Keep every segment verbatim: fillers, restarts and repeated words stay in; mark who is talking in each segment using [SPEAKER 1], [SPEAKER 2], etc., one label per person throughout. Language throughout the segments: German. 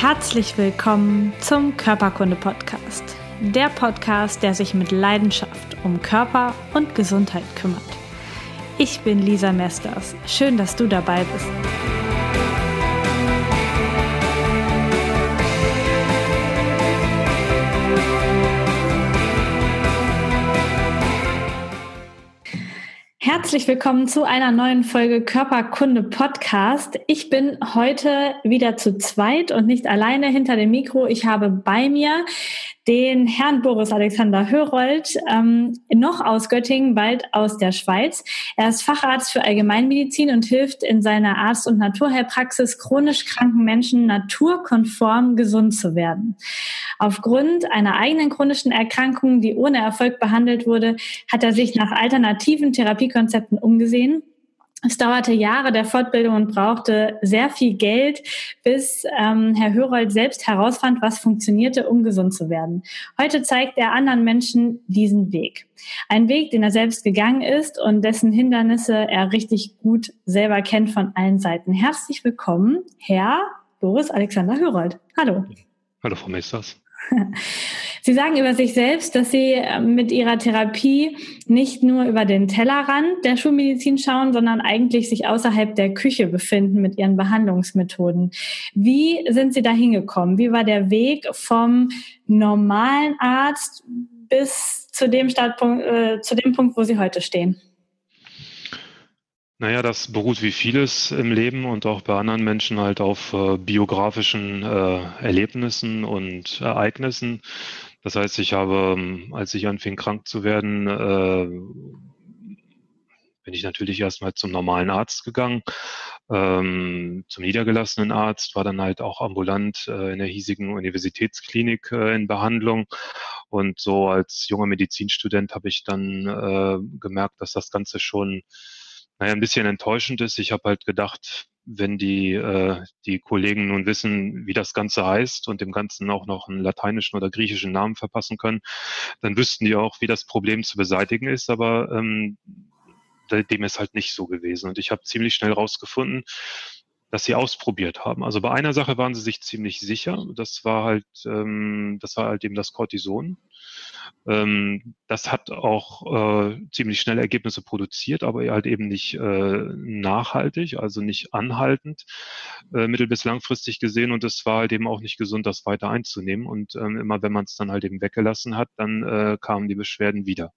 [SPEAKER 1] Herzlich willkommen zum Körperkunde-Podcast. Der Podcast, der sich mit Leidenschaft um Körper und Gesundheit kümmert. Ich bin Lisa Mesters. Schön, dass du dabei bist. Herzlich willkommen zu einer neuen Folge Körperkunde Podcast. Ich bin heute wieder zu zweit und nicht alleine hinter dem Mikro. Ich habe bei mir den Herrn Boris Alexander Hörold, ähm, noch aus Göttingen, bald aus der Schweiz. Er ist Facharzt für Allgemeinmedizin und hilft in seiner Arzt- und Naturheilpraxis chronisch kranken Menschen naturkonform gesund zu werden. Aufgrund einer eigenen chronischen Erkrankung, die ohne Erfolg behandelt wurde, hat er sich nach alternativen Therapiekonzepten umgesehen. Es dauerte Jahre der Fortbildung und brauchte sehr viel Geld, bis ähm, Herr Hörold selbst herausfand, was funktionierte, um gesund zu werden. Heute zeigt er anderen Menschen diesen Weg. Ein Weg, den er selbst gegangen ist und dessen Hindernisse er richtig gut selber kennt von allen Seiten. Herzlich willkommen, Herr Boris Alexander Hörold. Hallo.
[SPEAKER 2] Hallo, Frau Mesters.
[SPEAKER 1] Sie sagen über sich selbst, dass Sie mit Ihrer Therapie nicht nur über den Tellerrand der Schulmedizin schauen, sondern eigentlich sich außerhalb der Küche befinden mit Ihren Behandlungsmethoden. Wie sind Sie da hingekommen? Wie war der Weg vom normalen Arzt bis zu dem Startpunkt, äh, zu dem Punkt, wo Sie heute stehen?
[SPEAKER 2] Naja, das beruht wie vieles im Leben und auch bei anderen Menschen halt auf äh, biografischen äh, Erlebnissen und Ereignissen. Das heißt, ich habe, als ich anfing krank zu werden, äh, bin ich natürlich erstmal zum normalen Arzt gegangen, ähm, zum niedergelassenen Arzt, war dann halt auch ambulant äh, in der hiesigen Universitätsklinik äh, in Behandlung. Und so als junger Medizinstudent habe ich dann äh, gemerkt, dass das Ganze schon naja, ein bisschen enttäuschend ist. Ich habe halt gedacht, wenn die, äh, die Kollegen nun wissen, wie das Ganze heißt und dem Ganzen auch noch einen lateinischen oder griechischen Namen verpassen können, dann wüssten die auch, wie das Problem zu beseitigen ist. Aber ähm, dem ist halt nicht so gewesen. Und ich habe ziemlich schnell rausgefunden, dass sie ausprobiert haben. Also bei einer Sache waren sie sich ziemlich sicher. Das war halt, ähm, das war halt eben das Cortison. Ähm, das hat auch äh, ziemlich schnell Ergebnisse produziert, aber halt eben nicht äh, nachhaltig, also nicht anhaltend, äh, mittel- bis langfristig gesehen. Und es war halt eben auch nicht gesund, das weiter einzunehmen. Und ähm, immer wenn man es dann halt eben weggelassen hat, dann äh, kamen die Beschwerden wieder.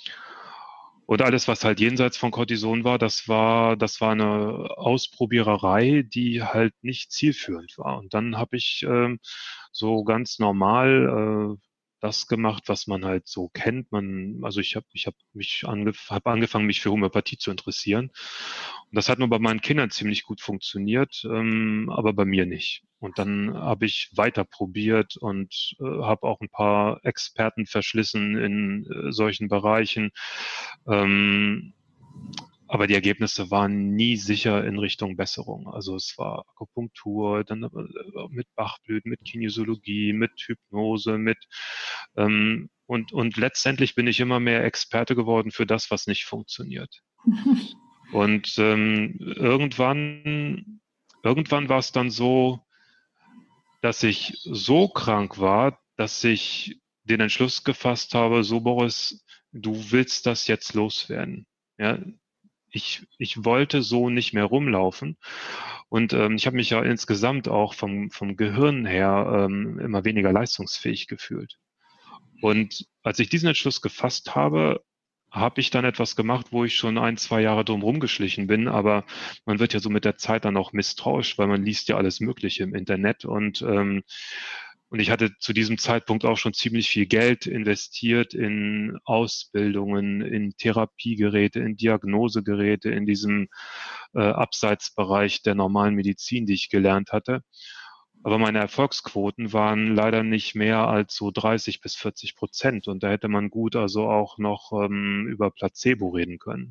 [SPEAKER 2] Und alles, was halt jenseits von Cortison war, das war, das war eine Ausprobiererei, die halt nicht zielführend war. Und dann habe ich ähm, so ganz normal äh, das gemacht, was man halt so kennt. Man, also ich habe, ich habe mich angef- hab angefangen, mich für Homöopathie zu interessieren. Und das hat nur bei meinen Kindern ziemlich gut funktioniert, ähm, aber bei mir nicht. Und dann habe ich weiter probiert und äh, habe auch ein paar Experten verschlissen in äh, solchen Bereichen. Ähm, aber die Ergebnisse waren nie sicher in Richtung Besserung. Also es war Akupunktur, dann äh, mit Bachblüten, mit Kinesiologie, mit Hypnose, mit ähm, und, und letztendlich bin ich immer mehr Experte geworden für das, was nicht funktioniert. Und ähm, irgendwann, irgendwann war es dann so, dass ich so krank war, dass ich den Entschluss gefasst habe, so Boris, du willst das jetzt loswerden. Ja, ich, ich wollte so nicht mehr rumlaufen. Und ähm, ich habe mich ja insgesamt auch vom, vom Gehirn her ähm, immer weniger leistungsfähig gefühlt. Und als ich diesen Entschluss gefasst habe, habe ich dann etwas gemacht, wo ich schon ein, zwei Jahre drum rumgeschlichen bin, aber man wird ja so mit der Zeit dann auch misstrauisch, weil man liest ja alles Mögliche im Internet und ähm, und ich hatte zu diesem Zeitpunkt auch schon ziemlich viel Geld investiert in Ausbildungen, in Therapiegeräte, in Diagnosegeräte, in diesem äh, Abseitsbereich der normalen Medizin, die ich gelernt hatte. Aber meine Erfolgsquoten waren leider nicht mehr als so dreißig bis vierzig Prozent. Und da hätte man gut also auch noch ähm, über Placebo reden können.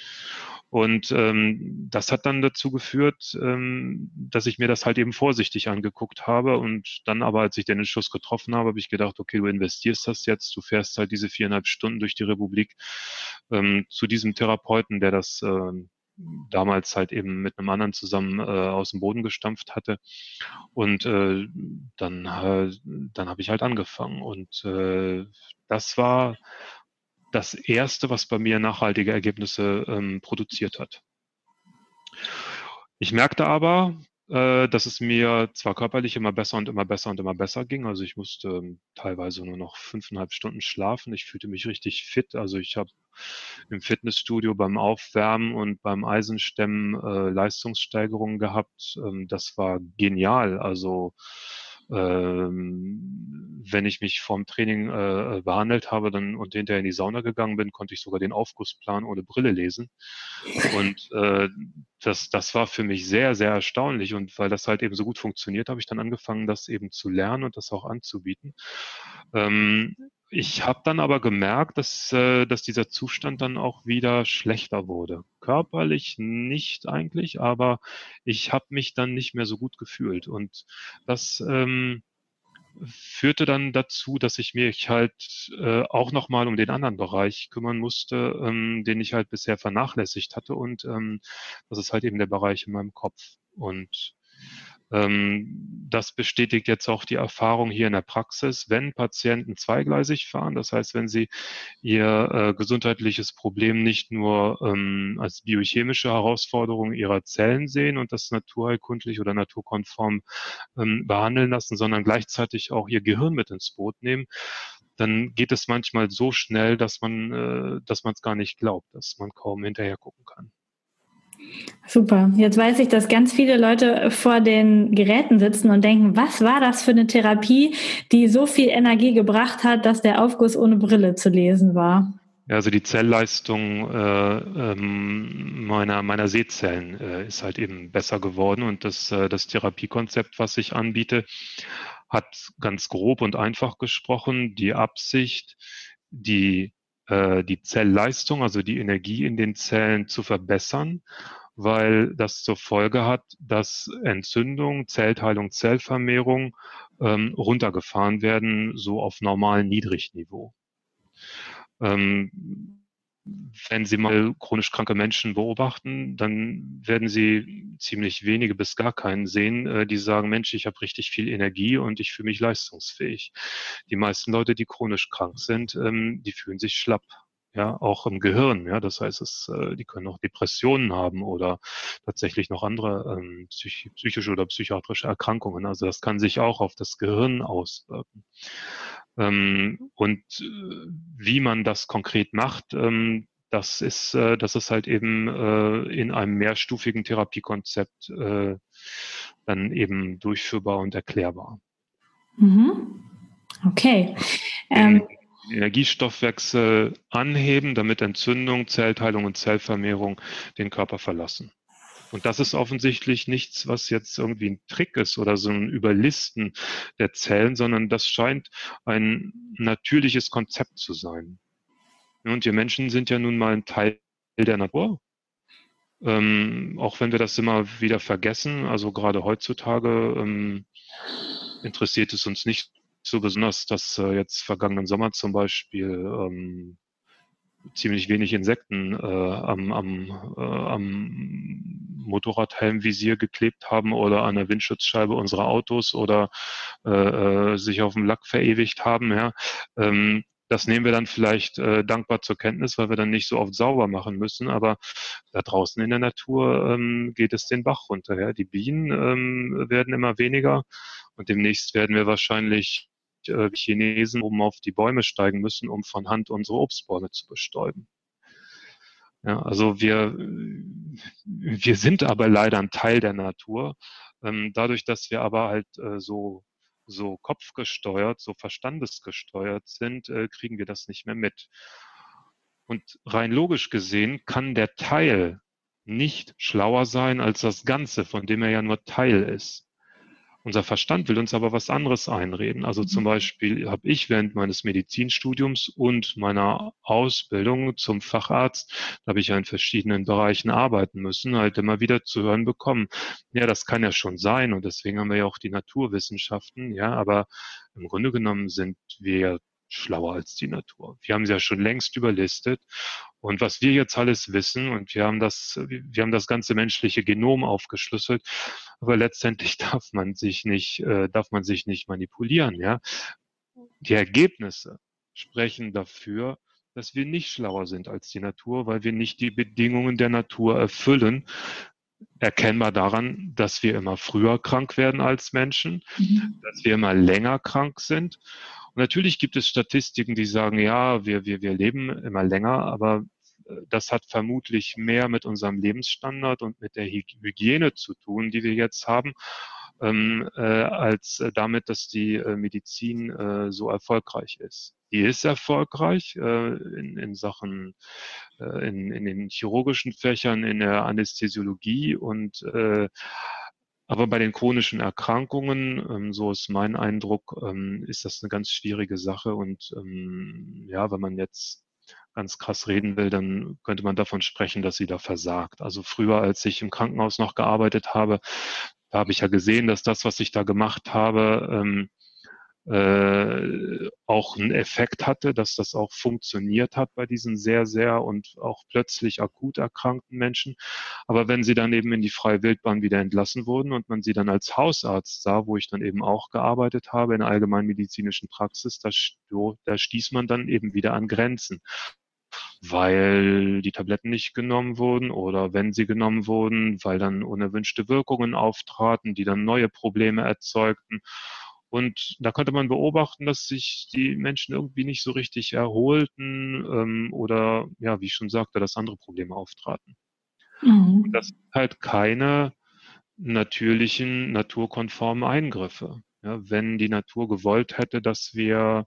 [SPEAKER 2] Und ähm, das hat dann dazu geführt, ähm, dass ich mir das halt eben vorsichtig angeguckt habe. Und dann aber, als ich den Entschluss getroffen habe, habe ich gedacht, okay, du investierst das jetzt, du fährst halt diese viereinhalb Stunden durch die Republik ähm, zu diesem Therapeuten, der das ähm, damals halt eben mit einem anderen zusammen äh, aus dem Boden gestampft hatte. Und äh, dann, äh, dann habe ich halt angefangen. Und äh, das war das Erste, was bei mir nachhaltige Ergebnisse ähm, produziert hat. Ich merkte aber, äh, dass es mir zwar körperlich immer besser und immer besser und immer besser ging. Also ich musste ähm, teilweise nur noch fünfeinhalb Stunden schlafen. Ich fühlte mich richtig fit. Also ich habe im Fitnessstudio beim Aufwärmen und beim Eisenstemmen äh, Leistungssteigerungen gehabt. Ähm, das war genial. Also ähm, wenn ich mich vorm Training äh, behandelt habe dann, und hinterher in die Sauna gegangen bin, konnte ich sogar den Aufgussplan ohne Brille lesen. Und äh, das, das war für mich sehr, sehr erstaunlich. Und weil das halt eben so gut funktioniert, habe ich dann angefangen, das eben zu lernen und das auch anzubieten. Ähm, ich habe dann aber gemerkt, dass, äh, dass dieser Zustand dann auch wieder schlechter wurde. Körperlich nicht eigentlich, aber ich habe mich dann nicht mehr so gut gefühlt. Und das ähm, führte dann dazu, dass ich mich halt äh, auch nochmal um den anderen Bereich kümmern musste, ähm, den ich halt bisher vernachlässigt hatte. Und ähm, das ist halt eben der Bereich in meinem Kopf. Und ähm, das bestätigt jetzt auch die Erfahrung hier in der Praxis, wenn Patienten zweigleisig fahren, das heißt, wenn sie ihr äh, gesundheitliches Problem nicht nur ähm, als biochemische Herausforderung ihrer Zellen sehen und das naturheilkundlich oder naturkonform ähm, behandeln lassen, sondern gleichzeitig auch ihr Gehirn mit ins Boot nehmen, dann geht es manchmal so schnell, dass man äh, dass man es gar nicht glaubt, dass man kaum hinterher gucken kann.
[SPEAKER 1] Super. Jetzt weiß ich, dass ganz viele Leute vor den Geräten sitzen und denken, was war das für eine Therapie, die so viel Energie gebracht hat, dass der Aufguss ohne Brille zu lesen war?
[SPEAKER 2] Ja, also die Zellleistung äh, ähm, meiner, meiner Sehzellen äh, ist halt eben besser geworden und das, äh, das Therapiekonzept, was ich anbiete, hat ganz grob und einfach gesprochen die Absicht, die, äh, die Zellleistung, also die Energie in den Zellen zu verbessern, weil das zur Folge hat, dass Entzündung, Zellteilung, Zellvermehrung ähm, runtergefahren werden, so auf normalen Niedrigniveau. Ähm, wenn Sie mal chronisch kranke Menschen beobachten, dann werden Sie ziemlich wenige bis gar keinen sehen, äh, die sagen, Mensch, ich habe richtig viel Energie und ich fühle mich leistungsfähig. Die meisten Leute, die chronisch krank sind, ähm, die fühlen sich schlapp. Ja, auch im Gehirn. Ja, das heißt, es, äh, die können auch Depressionen haben oder tatsächlich noch andere ähm, psych psychische oder psychiatrische Erkrankungen. Also das kann sich auch auf das Gehirn auswirken. Ähm, und äh, wie man das konkret macht, ähm, das ist, äh, das ist halt eben äh, in einem mehrstufigen Therapiekonzept äh, dann eben durchführbar und erklärbar.
[SPEAKER 1] Mhm. Okay.
[SPEAKER 2] Den
[SPEAKER 1] Ähm,
[SPEAKER 2] Energiestoffwechsel anheben, damit Entzündung, Zellteilung und Zellvermehrung den Körper verlassen. Und das ist offensichtlich nichts, was jetzt irgendwie ein Trick ist oder so ein Überlisten der Zellen, sondern das scheint ein natürliches Konzept zu sein. Und wir Menschen sind ja nun mal ein Teil der Natur. Ähm, auch wenn wir das immer wieder vergessen, also gerade heutzutage ähm, interessiert es uns nicht so besonders, dass äh, jetzt vergangenen Sommer zum Beispiel ähm, ziemlich wenig Insekten äh, am, am, äh, am Motorradhelmvisier geklebt haben oder an der Windschutzscheibe unserer Autos oder äh, äh, sich auf dem Lack verewigt haben. Ja. Ähm, das nehmen wir dann vielleicht äh, dankbar zur Kenntnis, weil wir dann nicht so oft sauber machen müssen. Aber da draußen in der Natur ähm, geht es den Bach runter. Ja. Die Bienen ähm, werden immer weniger und demnächst werden wir wahrscheinlich äh, Chinesen oben auf die Bäume steigen müssen, um von Hand unsere Obstbäume zu bestäuben. Ja, also wir, wir sind aber leider ein Teil der Natur. Ähm, dadurch, dass wir aber halt äh, so, so kopfgesteuert, so verstandesgesteuert sind, äh, kriegen wir das nicht mehr mit. Und rein logisch gesehen kann der Teil nicht schlauer sein als das Ganze, von dem er ja nur Teil ist. Unser Verstand will uns aber was anderes einreden. Also zum Beispiel habe ich während meines Medizinstudiums und meiner Ausbildung zum Facharzt, da habe ich ja in verschiedenen Bereichen arbeiten müssen, halt immer wieder zu hören bekommen, ja, das kann ja schon sein und deswegen haben wir ja auch die Naturwissenschaften, ja, aber im Grunde genommen sind wir schlauer als die Natur. Wir haben sie ja schon längst überlistet. Und was wir jetzt alles wissen, und wir haben das, wir haben das ganze menschliche Genom aufgeschlüsselt, aber letztendlich darf man sich nicht, äh, darf man sich nicht manipulieren, ja. Die Ergebnisse sprechen dafür, dass wir nicht schlauer sind als die Natur, weil wir nicht die Bedingungen der Natur erfüllen. Erkennbar daran, dass wir immer früher krank werden als Menschen, mhm. dass wir immer länger krank sind. Und natürlich gibt es Statistiken, die sagen, ja, wir, wir, wir leben immer länger, aber das hat vermutlich mehr mit unserem Lebensstandard und mit der Hygiene zu tun, die wir jetzt haben, ähm, äh, als damit, dass die äh, Medizin äh, so erfolgreich ist. Die ist erfolgreich äh, in, in Sachen, äh, in, in den chirurgischen Fächern, in der Anästhesiologie und äh, aber bei den chronischen Erkrankungen, ähm, so ist mein Eindruck, ähm, ist das eine ganz schwierige Sache. Und ähm, ja, wenn man jetzt ganz krass reden will, dann könnte man davon sprechen, dass sie da versagt. Also früher, als ich im Krankenhaus noch gearbeitet habe, da habe ich ja gesehen, dass das, was ich da gemacht habe, ähm, äh, auch einen Effekt hatte, dass das auch funktioniert hat bei diesen sehr, sehr und auch plötzlich akut erkrankten Menschen. Aber wenn sie dann eben in die freie Wildbahn wieder entlassen wurden und man sie dann als Hausarzt sah, wo ich dann eben auch gearbeitet habe in der allgemeinmedizinischen Praxis, da, da stieß man dann eben wieder an Grenzen, weil die Tabletten nicht genommen wurden oder wenn sie genommen wurden, weil dann unerwünschte Wirkungen auftraten, die dann neue Probleme erzeugten. Und da konnte man beobachten, dass sich die Menschen irgendwie nicht so richtig erholten ähm, oder, ja, wie ich schon sagte, dass andere Probleme auftraten. Mhm. Und das sind halt keine natürlichen, naturkonformen Eingriffe. Ja, wenn die Natur gewollt hätte, dass wir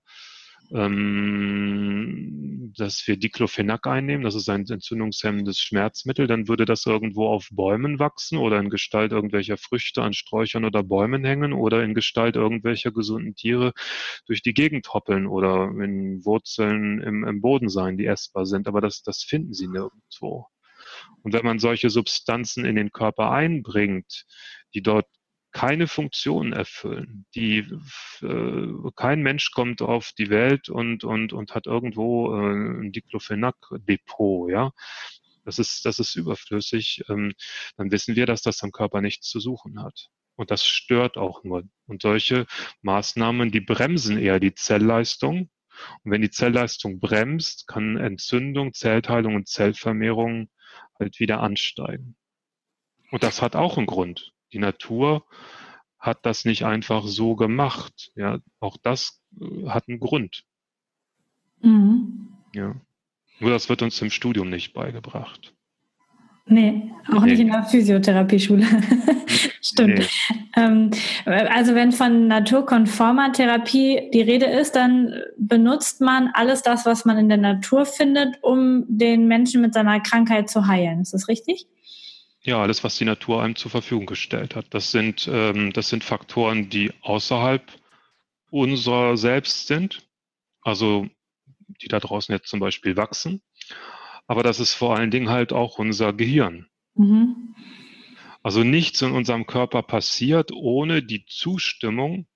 [SPEAKER 2] ähm, dass wir Diclofenac einnehmen, das ist ein entzündungshemmendes Schmerzmittel, dann würde das irgendwo auf Bäumen wachsen oder in Gestalt irgendwelcher Früchte an Sträuchern oder Bäumen hängen oder in Gestalt irgendwelcher gesunden Tiere durch die Gegend hoppeln oder in Wurzeln im, im Boden sein, die essbar sind. Aber das, das finden sie nirgendwo. Und wenn man solche Substanzen in den Körper einbringt, die dort keine Funktion erfüllen, die äh, kein Mensch kommt auf die Welt und und und hat irgendwo äh, ein Diclofenac-Depot, ja, das ist das ist überflüssig. Ähm, dann wissen wir, dass das am Körper nichts zu suchen hat. Und das stört auch nur. Und solche Maßnahmen, die bremsen eher die Zellleistung. Und wenn die Zellleistung bremst, kann Entzündung, Zellteilung und Zellvermehrung halt wieder ansteigen. Und das hat auch einen Grund. Die Natur hat das nicht einfach so gemacht. Ja, auch das äh, hat einen Grund. Mhm. Ja. Nur das wird uns im Studium nicht beigebracht.
[SPEAKER 1] Nee, auch nee. Nicht in der Physiotherapieschule. Stimmt. Nee. Ähm, also wenn von naturkonformer Therapie die Rede ist, dann benutzt man alles das, was man in der Natur findet, um den Menschen mit seiner Krankheit zu heilen. Ist das richtig?
[SPEAKER 2] Ja, alles, was die Natur einem zur Verfügung gestellt hat. Das sind, ähm, das sind Faktoren, die außerhalb unserer selbst sind. Also die da draußen jetzt zum Beispiel wachsen. Aber das ist vor allen Dingen halt auch unser Gehirn. Mhm. Also nichts in unserem Körper passiert ohne die Zustimmung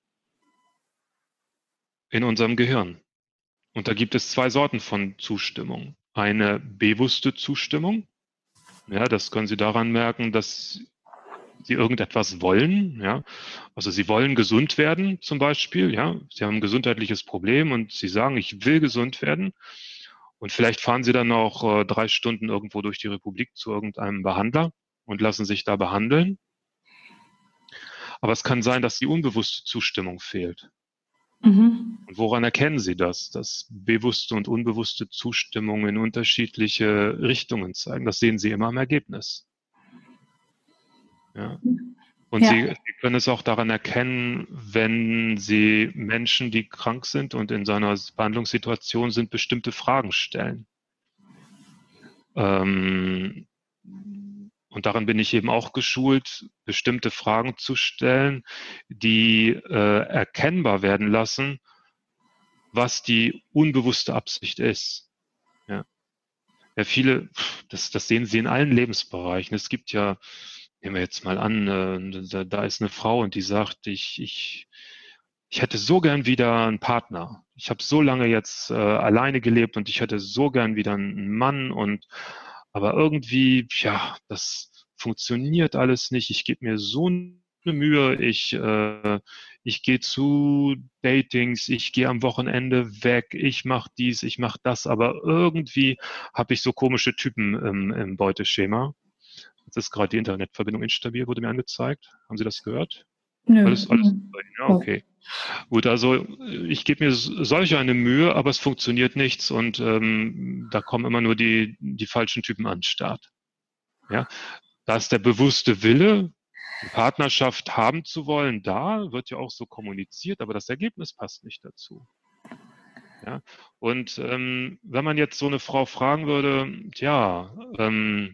[SPEAKER 2] in unserem Gehirn. Und da gibt es zwei Sorten von Zustimmung. Eine bewusste Zustimmung. Ja, das können Sie daran merken, dass Sie irgendetwas wollen. Ja, also Sie wollen gesund werden zum Beispiel. Ja, Sie haben ein gesundheitliches Problem und Sie sagen, ich will gesund werden. Und vielleicht fahren Sie dann auch äh, drei Stunden irgendwo durch die Republik zu irgendeinem Behandler und lassen sich da behandeln. Aber es kann sein, dass die unbewusste Zustimmung fehlt. Mhm. Und woran erkennen Sie das? Dass bewusste und unbewusste Zustimmung in unterschiedliche Richtungen zeigen. Das sehen Sie immer im Ergebnis. Ja. Und ja. Sie, Sie können es auch daran erkennen, wenn Sie Menschen, die krank sind und in so einer Behandlungssituation sind, bestimmte Fragen stellen. Ähm, und daran bin ich eben auch geschult, bestimmte Fragen zu stellen, die äh, erkennbar werden lassen, was die unbewusste Absicht ist. Ja, ja viele, das, das sehen Sie in allen Lebensbereichen. Es gibt ja, nehmen wir jetzt mal an, äh, da, da ist eine Frau und die sagt, ich, ich, ich hätte so gern wieder einen Partner. ich habe so lange jetzt äh, alleine gelebt und ich hätte so gern wieder einen Mann und aber irgendwie, ja, das funktioniert alles nicht. Ich gebe mir so eine Mühe. Ich, äh, ich gehe zu Datings, ich gehe am Wochenende weg, ich mache dies, ich mache das, aber irgendwie habe ich so komische Typen im, im Beuteschema. Jetzt ist gerade die Internetverbindung instabil, wurde mir angezeigt. Haben Sie das gehört?
[SPEAKER 1] Nö.
[SPEAKER 2] Alles, alles, ja, okay. Gut, also ich gebe mir solch eine Mühe, aber es funktioniert nichts und ähm, da kommen immer nur die, die falschen Typen an den Start. Ja, da ist der bewusste Wille, eine Partnerschaft haben zu wollen, da wird ja auch so kommuniziert, aber das Ergebnis passt nicht dazu. Ja, und ähm, wenn man jetzt so eine Frau fragen würde, tja, ähm,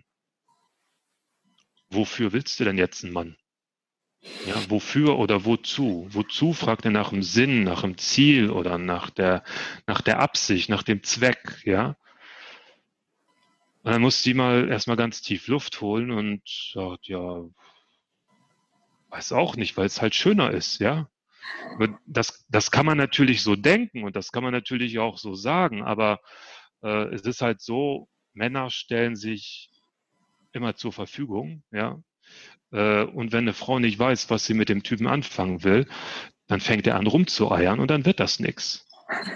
[SPEAKER 2] wofür willst du denn jetzt einen Mann? Ja, wofür oder wozu? Wozu fragt er nach dem Sinn, nach dem Ziel oder nach der, nach der Absicht, nach dem Zweck, ja? Und dann muss die mal erstmal ganz tief Luft holen und sagt, ja, weiß auch nicht, weil es halt schöner ist, ja? Das, das kann man natürlich so denken und das kann man natürlich auch so sagen, aber äh, es ist halt so, Männer stellen sich immer zur Verfügung, ja? Äh, und wenn eine Frau nicht weiß, was sie mit dem Typen anfangen will, dann fängt er an rumzueiern und dann wird das nix.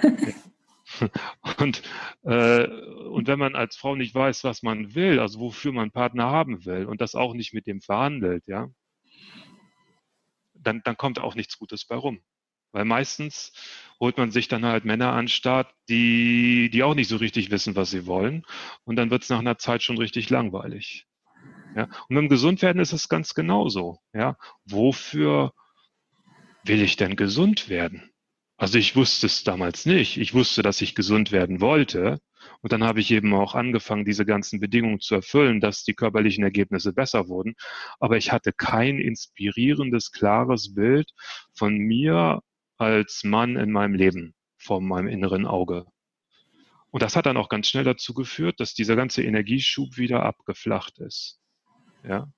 [SPEAKER 2] Und, äh, und wenn man als Frau nicht weiß, was man will, also wofür man einen Partner haben will und das auch nicht mit dem verhandelt, ja, dann, dann kommt auch nichts Gutes bei rum. Weil meistens holt man sich dann halt Männer an den Start, die, die auch nicht so richtig wissen, was sie wollen. Und dann wird es nach einer Zeit schon richtig langweilig. Ja, und beim Gesundwerden ist es ganz genauso. Ja, wofür will ich denn gesund werden? Also ich wusste es damals nicht. Ich wusste, dass ich gesund werden wollte. Und dann habe ich eben auch angefangen, diese ganzen Bedingungen zu erfüllen, dass die körperlichen Ergebnisse besser wurden. Aber ich hatte kein inspirierendes, klares Bild von mir als Mann in meinem Leben vor meinem inneren Auge. Und das hat dann auch ganz schnell dazu geführt, dass dieser ganze Energieschub wieder abgeflacht ist. Ja.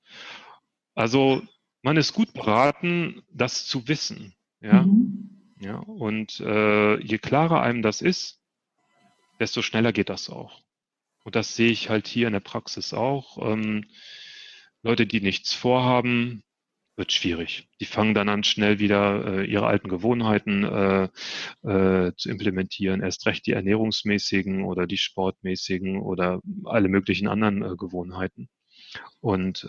[SPEAKER 2] Also man ist gut beraten, das zu wissen. Ja.
[SPEAKER 1] Mhm.
[SPEAKER 2] Ja. Und äh, je klarer einem das ist, desto schneller geht das auch. Und das sehe ich halt hier in der Praxis auch. Ähm, Leute, die nichts vorhaben, wird schwierig. Die fangen dann an, schnell wieder äh, ihre alten Gewohnheiten äh, äh, zu implementieren. Erst recht die ernährungsmäßigen oder die sportmäßigen oder alle möglichen anderen äh, Gewohnheiten. Und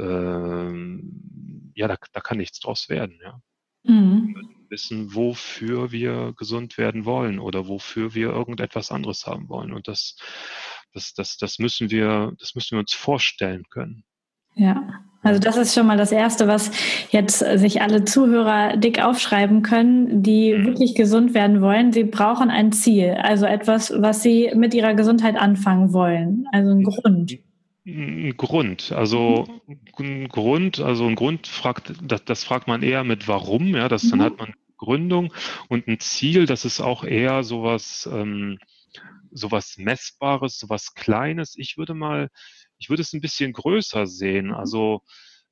[SPEAKER 2] ähm, ja, da, da kann nichts draus werden. Ja.
[SPEAKER 1] Mhm.
[SPEAKER 2] Wir müssen wissen, wofür wir gesund werden wollen oder wofür wir irgendetwas anderes haben wollen. Und das, das, das, das müssen wir, das müssen wir uns vorstellen können.
[SPEAKER 1] Ja, also das ist schon mal das Erste, was jetzt sich alle Zuhörer dick aufschreiben können, die
[SPEAKER 2] Mhm.
[SPEAKER 1] wirklich gesund werden wollen. Sie brauchen ein Ziel, also etwas, was sie mit ihrer Gesundheit anfangen wollen, also ein Grund.
[SPEAKER 2] Ein Grund, also ein Grund, also ein Grund fragt, das, das fragt man eher mit warum, ja, das, dann hat man Gründung und ein Ziel, das ist auch eher sowas, ähm, sowas Messbares, sowas Kleines. Ich würde mal, ich würde es ein bisschen größer sehen. Also,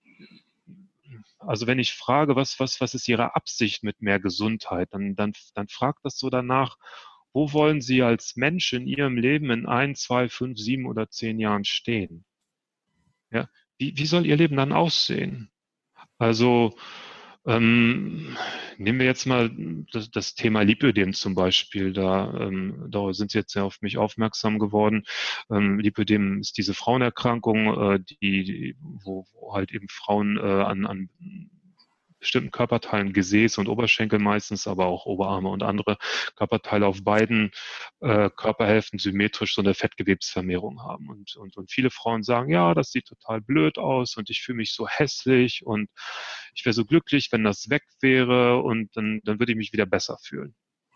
[SPEAKER 2] also wenn ich frage, was, was, was ist Ihre Absicht mit mehr Gesundheit, dann, dann, dann fragt das so danach, wo wollen Sie als Mensch in Ihrem Leben in ein, zwei, fünf, sieben oder zehn Jahren stehen? Ja, wie, wie soll Ihr Leben dann aussehen? Also ähm, nehmen wir jetzt mal das, das Thema Lipödem zum Beispiel. Da, ähm, da sind Sie jetzt ja auf mich aufmerksam geworden. Ähm, Lipödem ist diese Frauenerkrankung, äh, die, die, wo, wo halt eben Frauen äh, an, an bestimmten Körperteilen, Gesäß und Oberschenkel meistens, aber auch Oberarme und andere Körperteile auf beiden äh, Körperhälften symmetrisch so eine Fettgewebsvermehrung haben. Und, und, und viele Frauen sagen, ja, das sieht total blöd aus und ich fühle mich so hässlich und ich wäre so glücklich, wenn das weg wäre und dann, dann würde ich mich wieder besser fühlen.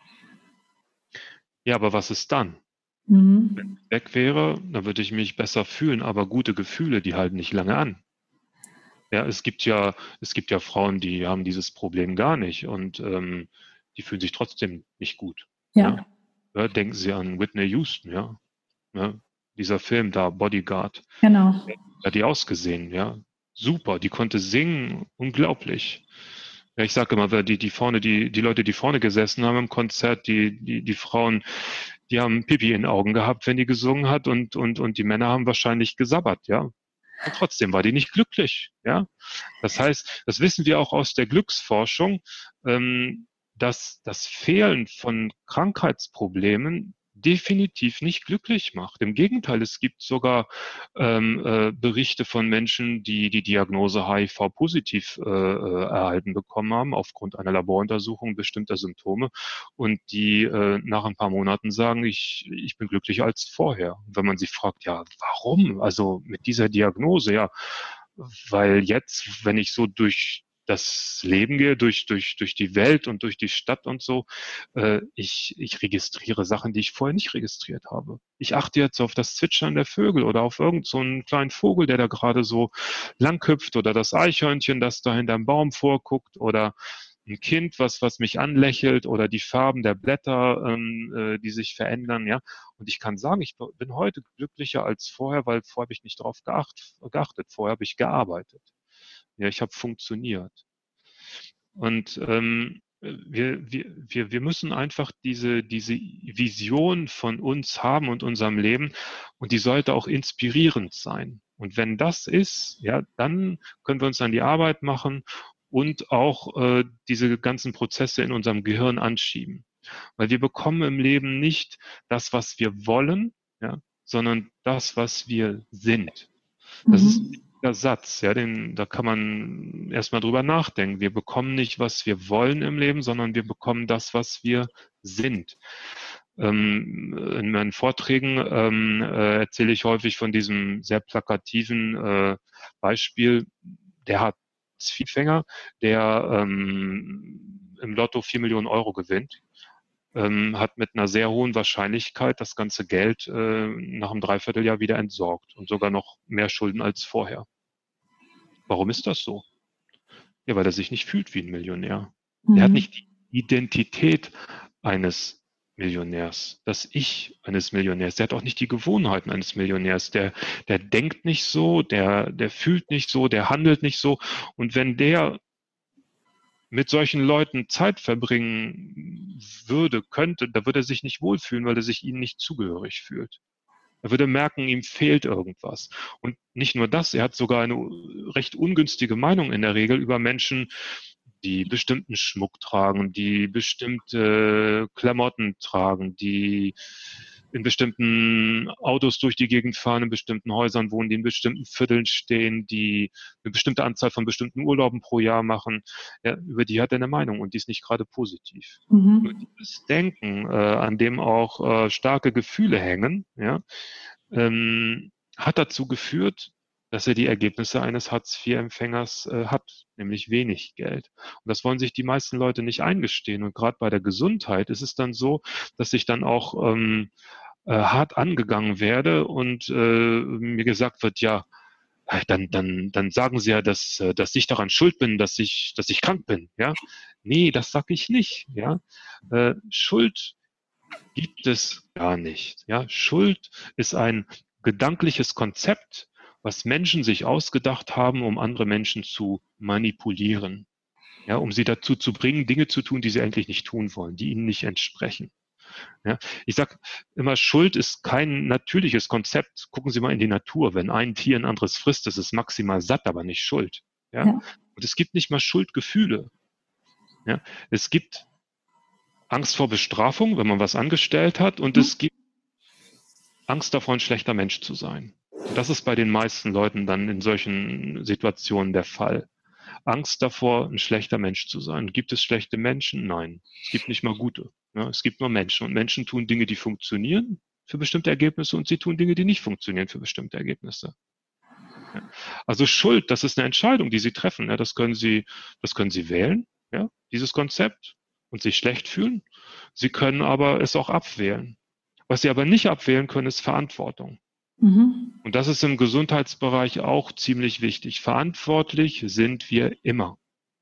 [SPEAKER 2] Ja, aber was ist dann?
[SPEAKER 1] Mhm.
[SPEAKER 2] Wenn es weg wäre, dann würde ich mich besser fühlen, aber gute Gefühle, die halten nicht lange an. Ja, es gibt ja, es gibt ja Frauen, die haben dieses Problem gar nicht und ähm, die fühlen sich trotzdem nicht gut.
[SPEAKER 1] Ja.
[SPEAKER 2] Ja. Ja, denken Sie an Whitney Houston, ja. Ja. Dieser Film da, Bodyguard.
[SPEAKER 1] Genau.
[SPEAKER 2] Wie hat die ausgesehen, ja. Super, die konnte singen, unglaublich. Ja, ich sage immer, wer die, die vorne, die, die Leute, die vorne gesessen haben im Konzert, die, die, die Frauen, die haben Pipi in den Augen gehabt, wenn die gesungen hat, und, und, und die Männer haben wahrscheinlich gesabbert, ja. Und trotzdem war die nicht glücklich, ja. Das heißt, das wissen wir auch aus der Glücksforschung, ähm, dass das Fehlen von Krankheitsproblemen definitiv nicht glücklich macht. Im Gegenteil, es gibt sogar ähm, äh, Berichte von Menschen, die die Diagnose H I V-positiv äh, äh, erhalten bekommen haben, aufgrund einer Laboruntersuchung bestimmter Symptome, und die äh, nach ein paar Monaten sagen, ich, ich bin glücklicher als vorher. Und wenn man sie fragt, ja, warum? Also mit dieser Diagnose, ja, weil jetzt, wenn ich so durch das Leben gehe, durch, durch, durch die Welt und durch die Stadt und so, äh, ich, ich registriere Sachen, die ich vorher nicht registriert habe. Ich achte jetzt auf das Zwitschern der Vögel oder auf irgend so einen kleinen Vogel, der da gerade so lang hüpft, oder das Eichhörnchen, das da hinterm Baum vorguckt, oder ein Kind, was, was mich anlächelt, oder die Farben der Blätter, ähm, äh, die sich verändern, ja. Und ich kann sagen, ich bin heute glücklicher als vorher, weil vorher habe ich nicht darauf geacht, geachtet. Vorher habe ich gearbeitet. Ja, ich habe funktioniert. Und ähm, wir, wir, wir, wir müssen einfach diese, diese Vision von uns haben und unserem Leben, und die sollte auch inspirierend sein. Und wenn das ist, ja, dann können wir uns an die Arbeit machen und auch äh, diese ganzen Prozesse in unserem Gehirn anschieben. Weil wir bekommen im Leben nicht das, was wir wollen, ja, sondern das, was wir sind. Das ist
[SPEAKER 1] Mhm.
[SPEAKER 2] der Satz, ja, den, da kann man erstmal drüber nachdenken. Wir bekommen nicht, was wir wollen im Leben, sondern wir bekommen das, was wir sind. Ähm, in meinen Vorträgen ähm, äh, erzähle ich häufig von diesem sehr plakativen äh, Beispiel. Der Hartz-IV-Empfänger, der ähm, im Lotto vier Millionen Euro gewinnt, ähm, hat mit einer sehr hohen Wahrscheinlichkeit das ganze Geld äh, nach einem Dreivierteljahr wieder entsorgt und sogar noch mehr Schulden als vorher. Warum ist das so? Ja, weil er sich nicht fühlt wie ein Millionär. Er hat
[SPEAKER 1] Mhm.
[SPEAKER 2] nicht die Identität eines Millionärs, das Ich eines Millionärs. Der hat auch nicht die Gewohnheiten eines Millionärs. Der, der denkt nicht so, der, der fühlt nicht so, der handelt nicht so. Und wenn der mit solchen Leuten Zeit verbringen würde, könnte, da würde er sich nicht wohlfühlen, weil er sich ihnen nicht zugehörig fühlt. Er würde merken, ihm fehlt irgendwas. Und nicht nur das, er hat sogar eine recht ungünstige Meinung in der Regel über Menschen, die bestimmten Schmuck tragen, die bestimmte Klamotten tragen, die in bestimmten Autos durch die Gegend fahren, in bestimmten Häusern wohnen, die in bestimmten Vierteln stehen, die eine bestimmte Anzahl von bestimmten Urlauben pro Jahr machen. Ja, über die hat er eine Meinung, und die ist nicht gerade positiv. Nur
[SPEAKER 1] Mhm.
[SPEAKER 2] dieses Denken, äh, an dem auch äh, starke Gefühle hängen, ja, ähm, hat dazu geführt, dass er die Ergebnisse eines Hartz-IV-Empfängers äh, hat, nämlich wenig Geld. Und das wollen sich die meisten Leute nicht eingestehen. Und gerade bei der Gesundheit ist es dann so, dass ich dann auch ähm, äh, hart angegangen werde und äh, mir gesagt wird, ja, äh, dann, dann, dann sagen Sie ja, dass, äh, dass ich daran schuld bin, dass ich, dass ich krank bin. Ja, nee, das sage ich nicht. Ja, äh, Schuld gibt es gar nicht. Ja, Schuld ist ein gedankliches Konzept, was Menschen sich ausgedacht haben, um andere Menschen zu manipulieren. Ja, um sie dazu zu bringen, Dinge zu tun, die sie eigentlich nicht tun wollen, die ihnen nicht entsprechen. Ja, ich sage immer, Schuld ist kein natürliches Konzept. Gucken Sie mal in die Natur. Wenn ein Tier ein anderes frisst, das ist maximal satt, aber nicht schuld. Ja,
[SPEAKER 1] Ja.
[SPEAKER 2] und es gibt nicht mal Schuldgefühle. Ja, es gibt Angst vor Bestrafung, wenn man was angestellt hat, und
[SPEAKER 1] Mhm.
[SPEAKER 2] es gibt Angst davor, ein schlechter Mensch zu sein. Und das ist bei den meisten Leuten dann in solchen Situationen der Fall. Angst davor, ein schlechter Mensch zu sein. Gibt es schlechte Menschen? Nein. Es gibt nicht mal gute. Ja, es gibt nur Menschen. Und Menschen tun Dinge, die funktionieren für bestimmte Ergebnisse, und sie tun Dinge, die nicht funktionieren für bestimmte Ergebnisse. Ja. Also Schuld, das ist eine Entscheidung, die Sie treffen. Ja, das können Sie, das können Sie wählen, ja, dieses Konzept, und sich schlecht fühlen. Sie können aber es auch abwählen. Was Sie aber nicht abwählen können, ist Verantwortung.
[SPEAKER 1] Mhm.
[SPEAKER 2] Und das ist im Gesundheitsbereich auch ziemlich wichtig. Verantwortlich sind wir immer.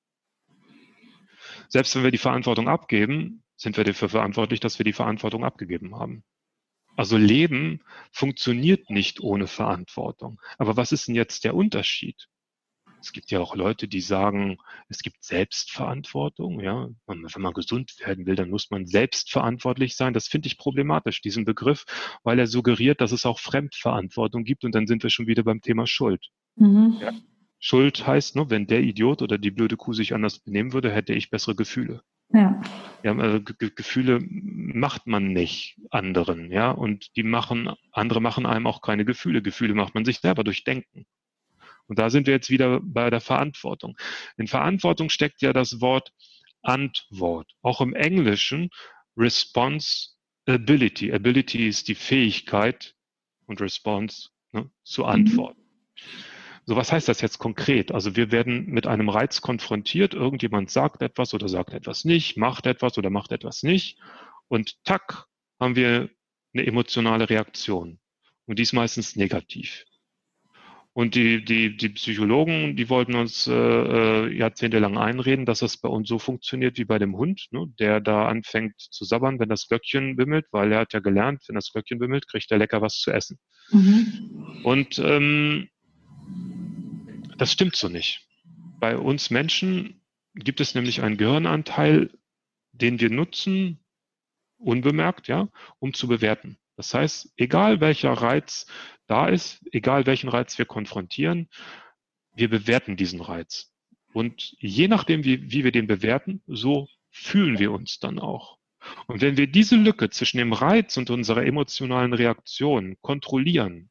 [SPEAKER 2] Selbst wenn wir die Verantwortung abgeben, sind wir dafür verantwortlich, dass wir die Verantwortung abgegeben haben. Also Leben funktioniert nicht ohne Verantwortung. Aber was ist denn jetzt der Unterschied? Es gibt ja auch Leute, die sagen, es gibt Selbstverantwortung. Ja, wenn man gesund werden will, dann muss man selbstverantwortlich sein. Das finde ich problematisch, diesen Begriff, weil er suggeriert, dass es auch Fremdverantwortung gibt. Und dann sind wir schon wieder beim Thema Schuld. Mhm. Ja. Schuld heißt, ne, wenn der Idiot oder die blöde Kuh sich anders benehmen würde, hätte ich bessere Gefühle. Ja. Ja, also Ge- Gefühle macht man nicht anderen, ja, und die machen, andere machen einem auch keine Gefühle. Gefühle macht man sich selber durch Denken. Und da sind wir jetzt wieder bei der Verantwortung. In Verantwortung steckt ja das Wort Antwort. Auch im Englischen Responsibility. Ability ist die Fähigkeit und Response, ne, zu antworten. Mhm. So, was heißt das jetzt konkret? Also wir werden mit einem Reiz konfrontiert, irgendjemand sagt etwas oder sagt etwas nicht, macht etwas oder macht etwas nicht und tack, haben wir eine emotionale Reaktion und die ist meistens negativ. Und die, die, die Psychologen, die wollten uns äh, jahrzehntelang einreden, dass das bei uns so funktioniert wie bei dem Hund, ne, der da anfängt zu sabbern, wenn das Glöckchen bimmelt, weil er hat ja gelernt, wenn das Glöckchen bimmelt, kriegt er lecker was zu essen. Mhm. Und ähm, das stimmt so nicht. Bei uns Menschen gibt es nämlich einen Gehirnanteil, den wir nutzen, unbemerkt, ja, um zu bewerten. Das heißt, egal welcher Reiz da ist, egal welchen Reiz wir konfrontieren, wir bewerten diesen Reiz. Und je nachdem, wie, wie wir den bewerten, so fühlen wir uns dann auch. Und wenn wir diese Lücke zwischen dem Reiz und unserer emotionalen Reaktion kontrollieren,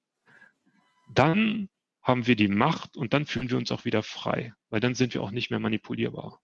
[SPEAKER 2] dann haben wir die Macht und dann fühlen wir uns auch wieder frei, weil dann sind wir auch nicht mehr manipulierbar.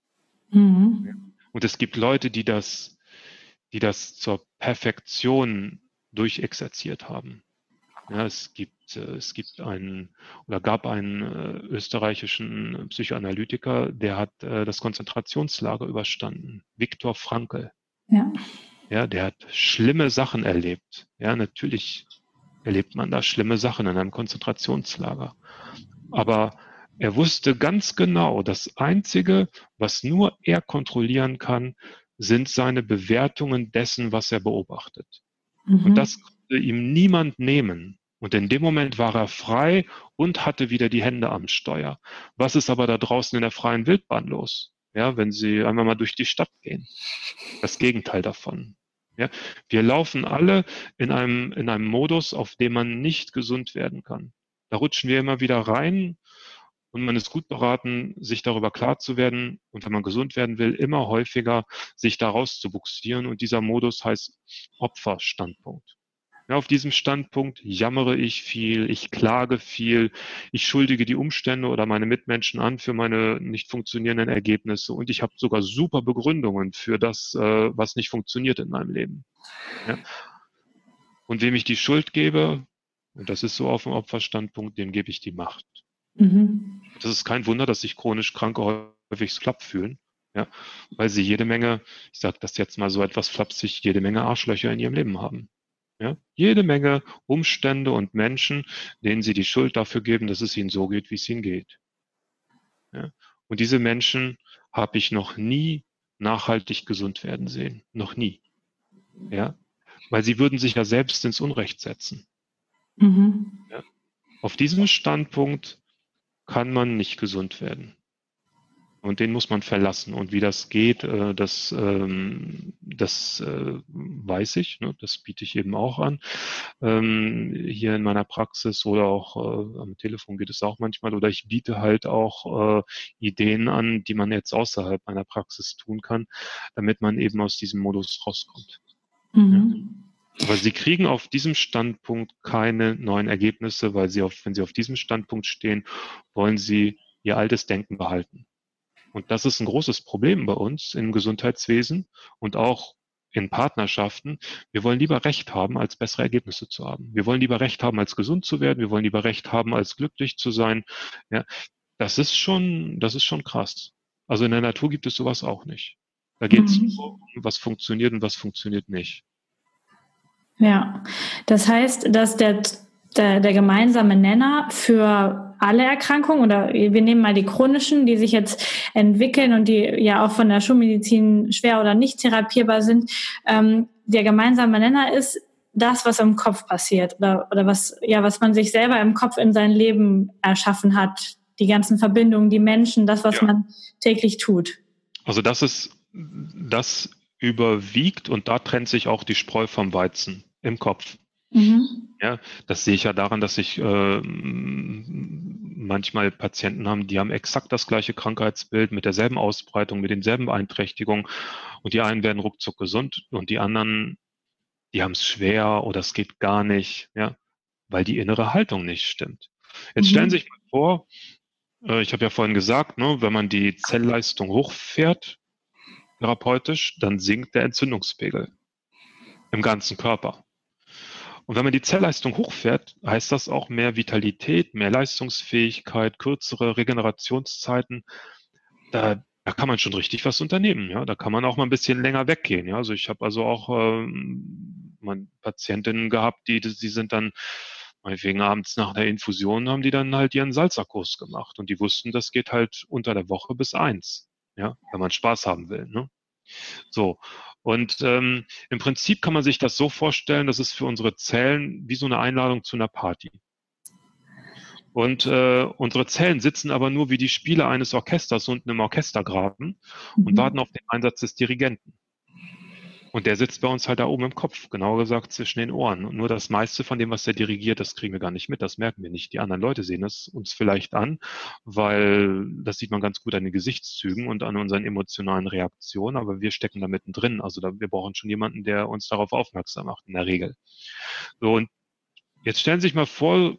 [SPEAKER 2] Mhm. Und es gibt Leute, die das, die das zur Perfektion durchexerziert haben. Ja, es gibt, es gibt einen oder gab einen äh, österreichischen Psychoanalytiker, der hat äh, das Konzentrationslager überstanden. Viktor Frankl. Ja. Ja, der hat schlimme Sachen erlebt. Ja, natürlich erlebt man da schlimme Sachen in einem Konzentrationslager. Aber er wusste ganz genau, das Einzige, was nur er kontrollieren kann, sind seine Bewertungen dessen, was er beobachtet. Mhm. Und das konnte ihm niemand nehmen. Und in dem Moment war er frei und hatte wieder die Hände am Steuer. Was ist aber da draußen in der freien Wildbahn los? Ja, wenn Sie einmal mal durch die Stadt gehen. Das Gegenteil davon. Ja, wir laufen alle in einem, in einem Modus, auf dem man nicht gesund werden kann. Da rutschen wir immer wieder rein und man ist gut beraten, sich darüber klar zu werden und wenn man gesund werden will, immer häufiger sich da rauszubuxieren und dieser Modus heißt Opferstandpunkt. Ja, auf diesem Standpunkt jammere ich viel, ich klage viel, ich schuldige die Umstände oder meine Mitmenschen an für meine nicht funktionierenden Ergebnisse und ich habe sogar super Begründungen für das, äh, was nicht funktioniert in meinem Leben. Ja. Und wem ich die Schuld gebe, und das ist so auf dem Opferstandpunkt, dem gebe ich die Macht. Mhm. Das ist kein Wunder, dass sich chronisch Kranke häufig schlapp fühlen, ja, weil sie jede Menge, ich sage das jetzt mal so etwas flapsig, jede Menge Arschlöcher in ihrem Leben haben. Ja, jede Menge Umstände und Menschen, denen sie die Schuld dafür geben, dass es ihnen so geht, wie es ihnen geht. Ja, und diese Menschen habe ich noch nie nachhaltig gesund werden sehen. Noch nie. Ja, weil sie würden sich ja selbst ins Unrecht setzen. Mhm. Ja, auf diesem Standpunkt kann man nicht gesund werden. Und den muss man verlassen. Und wie das geht, das, das weiß ich, das biete ich eben auch an. Hier in meiner Praxis oder auch am Telefon geht es auch manchmal. Oder ich biete halt auch Ideen an, die man jetzt außerhalb meiner Praxis tun kann, damit man eben aus diesem Modus rauskommt. Mhm. Ja. Aber Sie kriegen auf diesem Standpunkt keine neuen Ergebnisse, weil Sie, auf, wenn Sie auf diesem Standpunkt stehen, wollen Sie Ihr altes Denken behalten. Und das ist ein großes Problem bei uns im Gesundheitswesen und auch in Partnerschaften. Wir wollen lieber Recht haben, als bessere Ergebnisse zu haben. Wir wollen lieber Recht haben, als gesund zu werden. Wir wollen lieber Recht haben, als glücklich zu sein. Ja, das ist schon, das ist schon krass. Also in der Natur gibt es sowas auch nicht. Da geht es mhm. nur um, was funktioniert und was funktioniert nicht.
[SPEAKER 1] Ja, das heißt, dass der, der, der gemeinsame Nenner für alle Erkrankungen oder wir nehmen mal die chronischen, die sich jetzt entwickeln und die ja auch von der Schulmedizin schwer oder nicht therapierbar sind. Ähm, der gemeinsame Nenner ist das, was im Kopf passiert oder, oder was, ja, was man sich selber im Kopf in sein Leben erschaffen hat, die ganzen Verbindungen, die Menschen, das, was
[SPEAKER 2] ja.
[SPEAKER 1] man täglich tut.
[SPEAKER 2] Also das ist, das überwiegt und da trennt sich auch die Spreu vom Weizen im Kopf. Mhm. Ja, das sehe ich ja daran, dass ich äh, manchmal Patienten haben, die haben exakt das gleiche Krankheitsbild mit derselben Ausbreitung, mit denselben Beeinträchtigungen und die einen werden ruckzuck gesund und die anderen, die haben es schwer oder es geht gar nicht, ja, weil die innere Haltung nicht stimmt. Jetzt mhm. stellen Sie sich mal vor, äh, ich habe ja vorhin gesagt, ne, wenn man die Zellleistung hochfährt, therapeutisch, dann sinkt der Entzündungspegel im ganzen Körper. Und wenn man die Zellleistung hochfährt, heißt das auch mehr Vitalität, mehr Leistungsfähigkeit, kürzere Regenerationszeiten. Da, da kann man schon richtig was unternehmen. Ja, da kann man auch mal ein bisschen länger weggehen. Ja, also ich habe also auch ähm, mal Patientinnen gehabt, die, die sind dann meinetwegen abends nach der Infusion haben die dann halt ihren Salzerkurs gemacht und die wussten, das geht halt unter der Woche bis eins. Ja, wenn man Spaß haben will. Ne? So. Und ähm, im Prinzip kann man sich das so vorstellen, das ist für unsere Zellen wie so eine Einladung zu einer Party. Und äh, unsere Zellen sitzen aber nur wie die Spieler eines Orchesters unten im Orchestergraben mhm. und warten auf den Einsatz des Dirigenten. Und der sitzt bei uns halt da oben im Kopf, genauer gesagt zwischen den Ohren. Und nur das meiste von dem, was der dirigiert, das kriegen wir gar nicht mit, das merken wir nicht. Die anderen Leute sehen es uns vielleicht an, weil das sieht man ganz gut an den Gesichtszügen und an unseren emotionalen Reaktionen, aber wir stecken da mittendrin. Also da, wir brauchen schon jemanden, der uns darauf aufmerksam macht, in der Regel. So, und jetzt stellen Sie sich mal vor,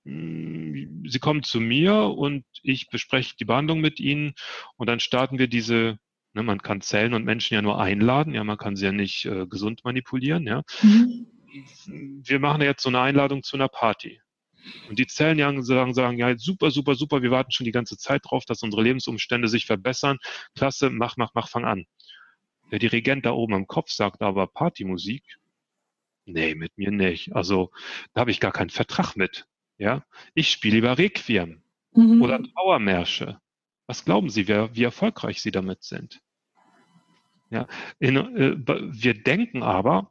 [SPEAKER 2] Sie kommen zu mir und ich bespreche die Behandlung mit Ihnen und dann starten wir diese. Ne, man kann Zellen und Menschen ja nur einladen, ja, man kann sie ja nicht äh, gesund manipulieren, ja. Mhm. Wir machen ja jetzt so eine Einladung zu einer Party. Und die Zellen ja sagen, sagen, ja, super, super, super, wir warten schon die ganze Zeit drauf, dass unsere Lebensumstände sich verbessern. Klasse, mach, mach, mach, fang an. Der Dirigent da oben im Kopf sagt aber Partymusik. Nee, mit mir nicht. Also, da habe ich gar keinen Vertrag mit, ja. Ich spiele lieber Requiem mhm. oder Trauermärsche. Was glauben Sie, wer, wie erfolgreich Sie damit sind? Ja, in, äh, wir denken aber,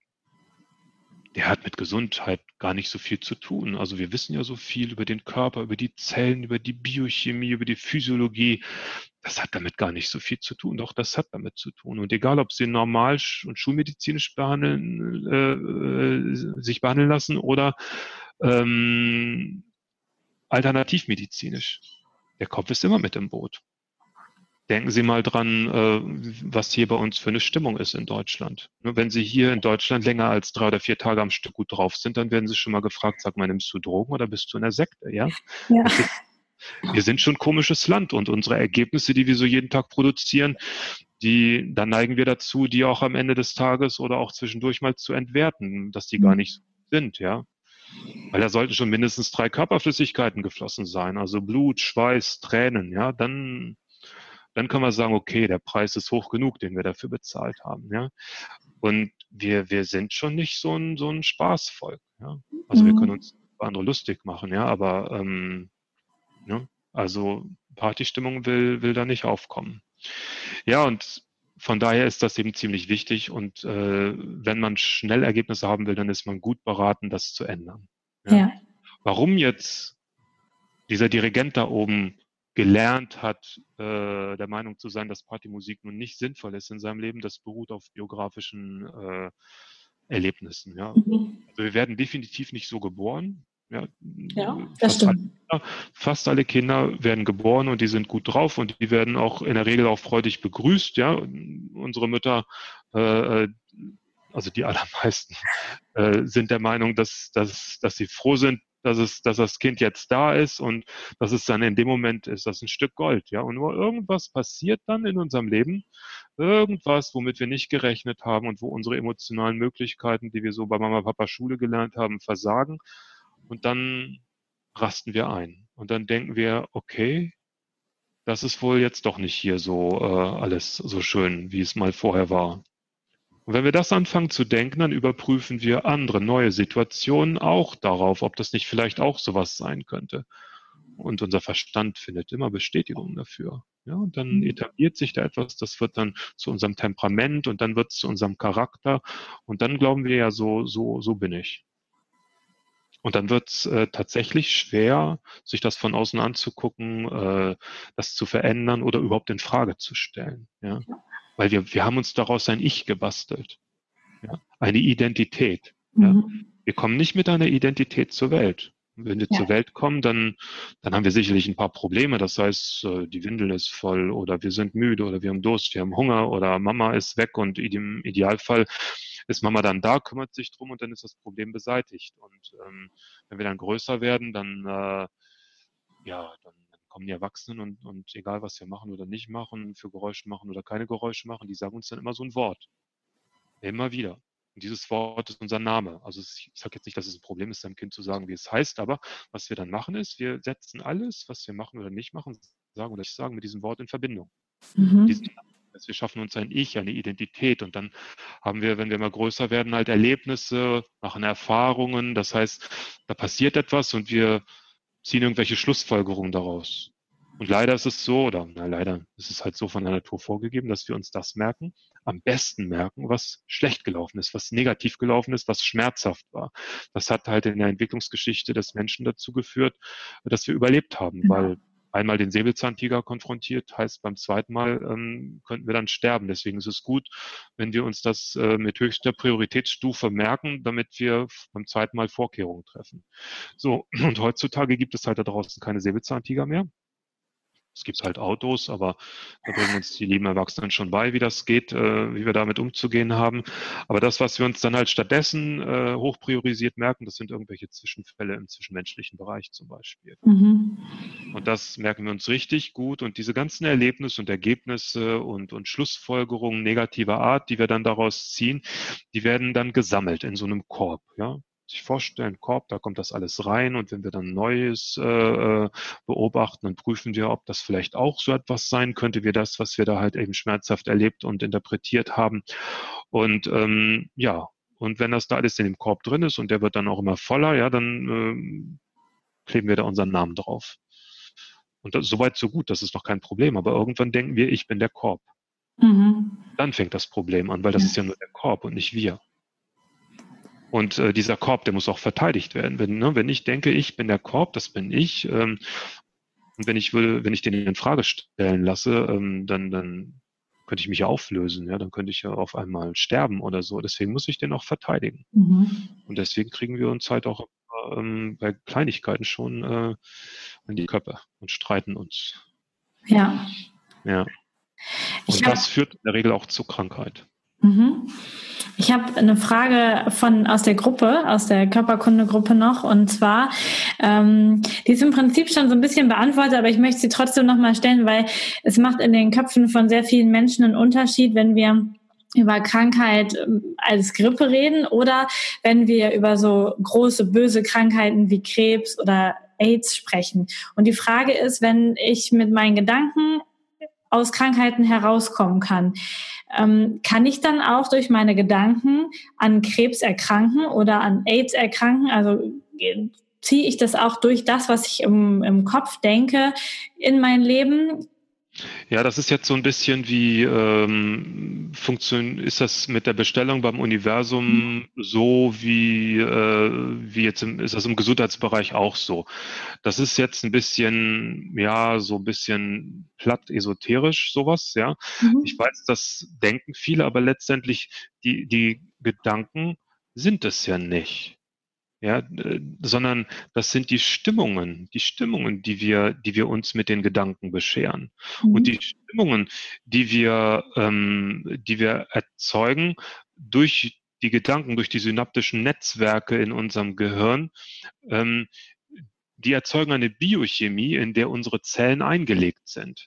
[SPEAKER 2] der hat mit Gesundheit gar nicht so viel zu tun. Also wir wissen ja so viel über den Körper, über die Zellen, über die Biochemie, über die Physiologie. Das hat damit gar nicht so viel zu tun. Doch das hat damit zu tun. Und egal, ob Sie normal und schulmedizinisch behandeln, äh, sich behandeln lassen oder ähm, alternativmedizinisch, der Kopf ist immer mit im Boot. Denken Sie mal dran, was hier bei uns für eine Stimmung ist in Deutschland. Wenn Sie hier in Deutschland länger als drei oder vier Tage am Stück gut drauf sind, dann werden Sie schon mal gefragt, sag mal, nimmst du Drogen oder bist du in der Sekte? Ja? Ja. Ist, wir sind schon ein komisches Land und unsere Ergebnisse, die wir so jeden Tag produzieren, die, da neigen wir dazu, die auch am Ende des Tages oder auch zwischendurch mal zu entwerten, dass die gar nicht so sind, ja. Weil da sollten schon mindestens drei Körperflüssigkeiten geflossen sein, also Blut, Schweiß, Tränen, ja, dann dann können wir sagen, okay, der Preis ist hoch genug, den wir dafür bezahlt haben. Ja? Und wir, wir sind schon nicht so ein, so ein Spaßvolk. Ja? Also mhm. wir können uns über andere lustig machen, ja, aber ähm, ja, also Partystimmung will, will da nicht aufkommen. Ja, und von daher ist das eben ziemlich wichtig. Und äh, wenn man schnell Ergebnisse haben will, dann ist man gut beraten, das zu ändern. Ja? Ja. Warum jetzt dieser Dirigent da oben gelernt hat, äh, der Meinung zu sein, dass Partymusik nun nicht sinnvoll ist in seinem Leben, das beruht auf biografischen äh, Erlebnissen. Ja? Mhm. Also wir werden definitiv nicht so geboren. Ja,
[SPEAKER 1] ja das
[SPEAKER 2] fast
[SPEAKER 1] stimmt.
[SPEAKER 2] Alle, fast alle Kinder werden geboren und die sind gut drauf und die werden auch in der Regel auch freudig begrüßt. Ja, unsere Mütter, äh, also die allermeisten, äh, sind der Meinung, dass, dass, dass sie froh sind, dass es, dass das Kind jetzt da ist und dass es dann in dem Moment ist das ein Stück Gold, ja. Und nur irgendwas passiert dann in unserem Leben, irgendwas, womit wir nicht gerechnet haben und wo unsere emotionalen Möglichkeiten, die wir so bei Mama, Papa, Schule gelernt haben, versagen. Und dann rasten wir ein. Und dann denken wir, okay, das ist wohl jetzt doch nicht hier so äh, alles so schön, wie es mal vorher war. Und wenn wir das anfangen zu denken, dann überprüfen wir andere neue Situationen auch darauf, ob das nicht vielleicht auch sowas sein könnte. Und unser Verstand findet immer Bestätigung dafür. Ja, und dann etabliert sich da etwas, das wird dann zu unserem Temperament und dann wird es zu unserem Charakter. Und dann glauben wir ja, so, so, so bin ich. Und dann wird es äh, tatsächlich schwer, sich das von außen anzugucken, äh, das zu verändern oder überhaupt in Frage zu stellen. Ja? Weil wir, wir haben uns daraus ein Ich gebastelt, ja? Eine Identität. Ja?
[SPEAKER 1] Mhm.
[SPEAKER 2] Wir kommen nicht mit einer Identität zur Welt. Wenn wir
[SPEAKER 1] Ja.
[SPEAKER 2] zur Welt kommen, dann, dann haben wir sicherlich ein paar Probleme. Das heißt, äh, die Windel ist voll oder wir sind müde oder wir haben Durst, wir haben Hunger oder Mama ist weg und im Idealfall ist Mama dann da, kümmert sich drum und dann ist das Problem beseitigt. Und ähm, wenn wir dann größer werden, dann, äh, ja, dann, dann kommen die Erwachsenen und, und egal, was wir machen oder nicht machen, für Geräusche machen oder keine Geräusche machen, die sagen uns dann immer so ein Wort. Immer wieder. Und dieses Wort ist unser Name. Also ich sage jetzt nicht, dass es ein Problem ist, seinem Kind zu sagen, wie es heißt, aber was wir dann machen ist, wir setzen alles, was wir machen oder nicht machen, sagen oder nicht sagen, mit diesem Wort in Verbindung.
[SPEAKER 1] Mhm.
[SPEAKER 2] Diesen, wir schaffen uns ein Ich, eine Identität und dann haben wir, wenn wir immer größer werden, halt Erlebnisse, machen Erfahrungen. Das heißt, da passiert etwas und wir ziehen irgendwelche Schlussfolgerungen daraus. Und leider ist es so, oder na, leider ist es halt so von der Natur vorgegeben, dass wir uns das merken, am besten merken, was schlecht gelaufen ist, was negativ gelaufen ist, was schmerzhaft war. Das hat halt in der Entwicklungsgeschichte des Menschen dazu geführt, dass wir überlebt haben,
[SPEAKER 1] Genau.
[SPEAKER 2] weil einmal den Säbelzahntiger konfrontiert, heißt beim zweiten Mal ähm, könnten wir dann sterben. Deswegen ist es gut, wenn wir uns das äh, mit höchster Prioritätsstufe merken, damit wir beim zweiten Mal Vorkehrungen treffen. So, und heutzutage gibt es halt da draußen keine Säbelzahntiger mehr. Es gibt halt Autos, aber da bringen uns die lieben Erwachsenen schon bei, wie das geht, äh, wie wir damit umzugehen haben. Aber das, was wir uns dann halt stattdessen äh, hoch priorisiert merken, das sind irgendwelche Zwischenfälle im zwischenmenschlichen Bereich zum Beispiel.
[SPEAKER 1] Mhm.
[SPEAKER 2] Und das merken wir uns richtig gut. Und diese ganzen Erlebnisse und Ergebnisse und, und Schlussfolgerungen negativer Art, die wir dann daraus ziehen, die werden dann gesammelt in so einem Korb, ja. Sich vorstellen, Korb, da kommt das alles rein und wenn wir dann Neues äh, beobachten, dann prüfen wir, ob das vielleicht auch so etwas sein könnte, wie das, was wir da halt eben schmerzhaft erlebt und interpretiert haben. Und ähm, ja, und wenn das da alles in dem Korb drin ist und der wird dann auch immer voller, ja, dann ähm, kleben wir da unseren Namen drauf. Und das, soweit so gut, das ist noch kein Problem. Aber irgendwann denken wir, ich bin der Korb.
[SPEAKER 1] Mhm.
[SPEAKER 2] Dann fängt das Problem an, weil das
[SPEAKER 1] Ja.
[SPEAKER 2] ist ja nur der Korb und nicht wir. Und äh, dieser Korb, der muss auch verteidigt werden. Wenn, ne, wenn ich denke, ich bin der Korb, das bin ich, ähm, und wenn ich will, wenn ich den in Frage stellen lasse, ähm, dann, dann könnte ich mich ja auflösen, ja, dann könnte ich ja auf einmal sterben oder so. Deswegen muss ich den auch verteidigen.
[SPEAKER 1] Mhm.
[SPEAKER 2] Und deswegen kriegen wir uns halt auch ähm, bei Kleinigkeiten schon äh, an die Köpfe und streiten uns.
[SPEAKER 1] Ja.
[SPEAKER 2] Ja.
[SPEAKER 1] Ich
[SPEAKER 2] Und
[SPEAKER 1] hab,
[SPEAKER 2] das führt in der Regel auch zu Krankheit.
[SPEAKER 1] Mhm. Ich habe eine Frage von aus der Gruppe, aus der Körperkunde-Gruppe noch, und zwar, ähm, die ist im Prinzip schon so ein bisschen beantwortet, aber ich möchte sie trotzdem nochmal stellen, weil es macht in den Köpfen von sehr vielen Menschen einen Unterschied, wenn wir über Krankheit als Grippe reden oder wenn wir über so große, böse Krankheiten wie Krebs oder AIDS sprechen. Und die Frage ist, wenn ich mit meinen Gedanken aus Krankheiten herauskommen kann, ähm, kann ich dann auch durch meine Gedanken an Krebs erkranken oder an AIDS erkranken? Also äh, ziehe ich das auch durch das, was ich im, im Kopf denke, in mein Leben?
[SPEAKER 2] Ja, das ist jetzt so ein bisschen wie, ähm, funktion ist das mit der Bestellung beim Universum so wie, äh, wie jetzt im, ist das im Gesundheitsbereich auch so? Das ist jetzt ein bisschen, ja, so ein bisschen platt esoterisch sowas, ja.
[SPEAKER 1] Mhm.
[SPEAKER 2] Ich weiß, das denken viele, aber letztendlich die, die Gedanken sind es ja nicht. Ja, äh, sondern das sind die Stimmungen, die Stimmungen, die wir, die wir uns mit den Gedanken bescheren. Und
[SPEAKER 1] Mhm.
[SPEAKER 2] die Stimmungen, die wir, ähm, die wir erzeugen durch die Gedanken, durch die synaptischen Netzwerke in unserem Gehirn, ähm, die erzeugen eine Biochemie, in der unsere Zellen eingelegt sind.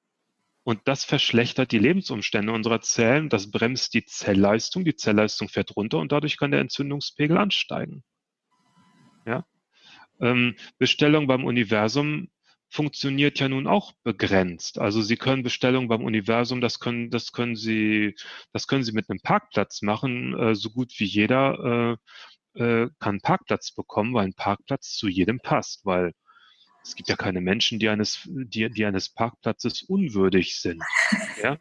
[SPEAKER 2] Und das verschlechtert die Lebensumstände unserer Zellen, das bremst die Zellleistung, die Zellleistung fährt runter und dadurch kann der Entzündungspegel ansteigen. Ja? Ähm, Bestellung beim Universum funktioniert ja nun auch begrenzt. Also Sie können Bestellung beim Universum, das können, das können Sie, das können Sie mit einem Parkplatz machen. Äh, so gut wie jeder äh, äh, kann einen Parkplatz bekommen, weil ein Parkplatz zu jedem passt, weil es gibt ja keine Menschen, die eines, die, die eines Parkplatzes unwürdig sind. Ja?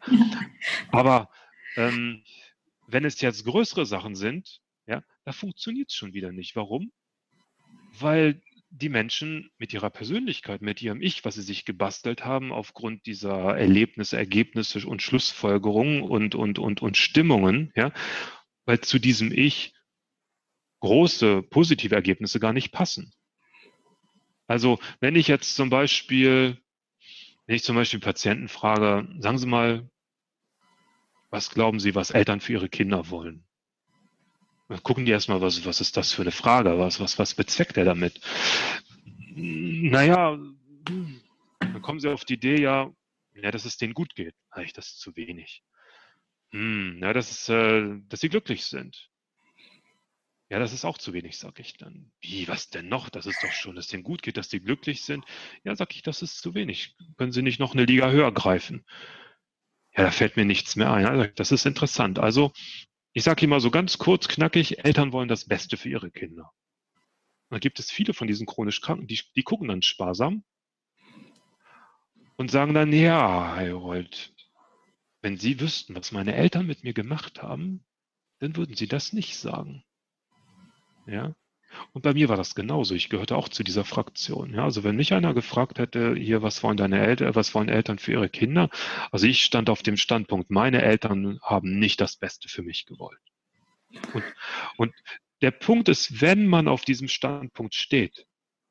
[SPEAKER 2] Aber ähm, wenn es jetzt größere Sachen sind, ja, da funktioniert es schon wieder nicht. Warum? weil die Menschen mit ihrer Persönlichkeit, mit ihrem Ich, was sie sich gebastelt haben, aufgrund dieser Erlebnisse, Ergebnisse und Schlussfolgerungen und, und, und, und Stimmungen, ja, weil zu diesem Ich große positive Ergebnisse gar nicht passen. Also wenn ich jetzt zum Beispiel, wenn ich zum Beispiel Patienten frage, sagen Sie mal, was glauben Sie, was Eltern für ihre Kinder wollen? Dann gucken die erstmal, was, was ist das für eine Frage? Was, was, was bezweckt er damit? Naja, dann kommen sie auf die Idee, ja, ja, dass es denen gut geht. Eigentlich, das ist zu wenig. Hm, ja, das ist, äh, dass sie glücklich sind. Ja, das ist auch zu wenig, sage ich dann. Wie, was denn noch? Das ist doch schon, dass es denen gut geht, dass sie glücklich sind. Ja, sage ich, das ist zu wenig. Können Sie nicht noch eine Liga höher greifen? Ja, da fällt mir nichts mehr ein. Also, das ist interessant. Also, ich sage immer so ganz kurz, knackig, Eltern wollen das Beste für ihre Kinder. Und da gibt es viele von diesen chronisch Kranken, die, die gucken dann sparsam und sagen dann, ja, Herold, wenn Sie wüssten, was meine Eltern mit mir gemacht haben, dann würden Sie das nicht sagen. Ja. Und bei mir war das genauso. Ich gehörte auch zu dieser Fraktion. Ja, also wenn mich einer gefragt hätte, hier, was wollen deine Eltern, was wollen Eltern für ihre Kinder? Also ich stand auf dem Standpunkt, meine Eltern haben nicht das Beste für mich gewollt. Und, und der Punkt ist, wenn man auf diesem Standpunkt steht,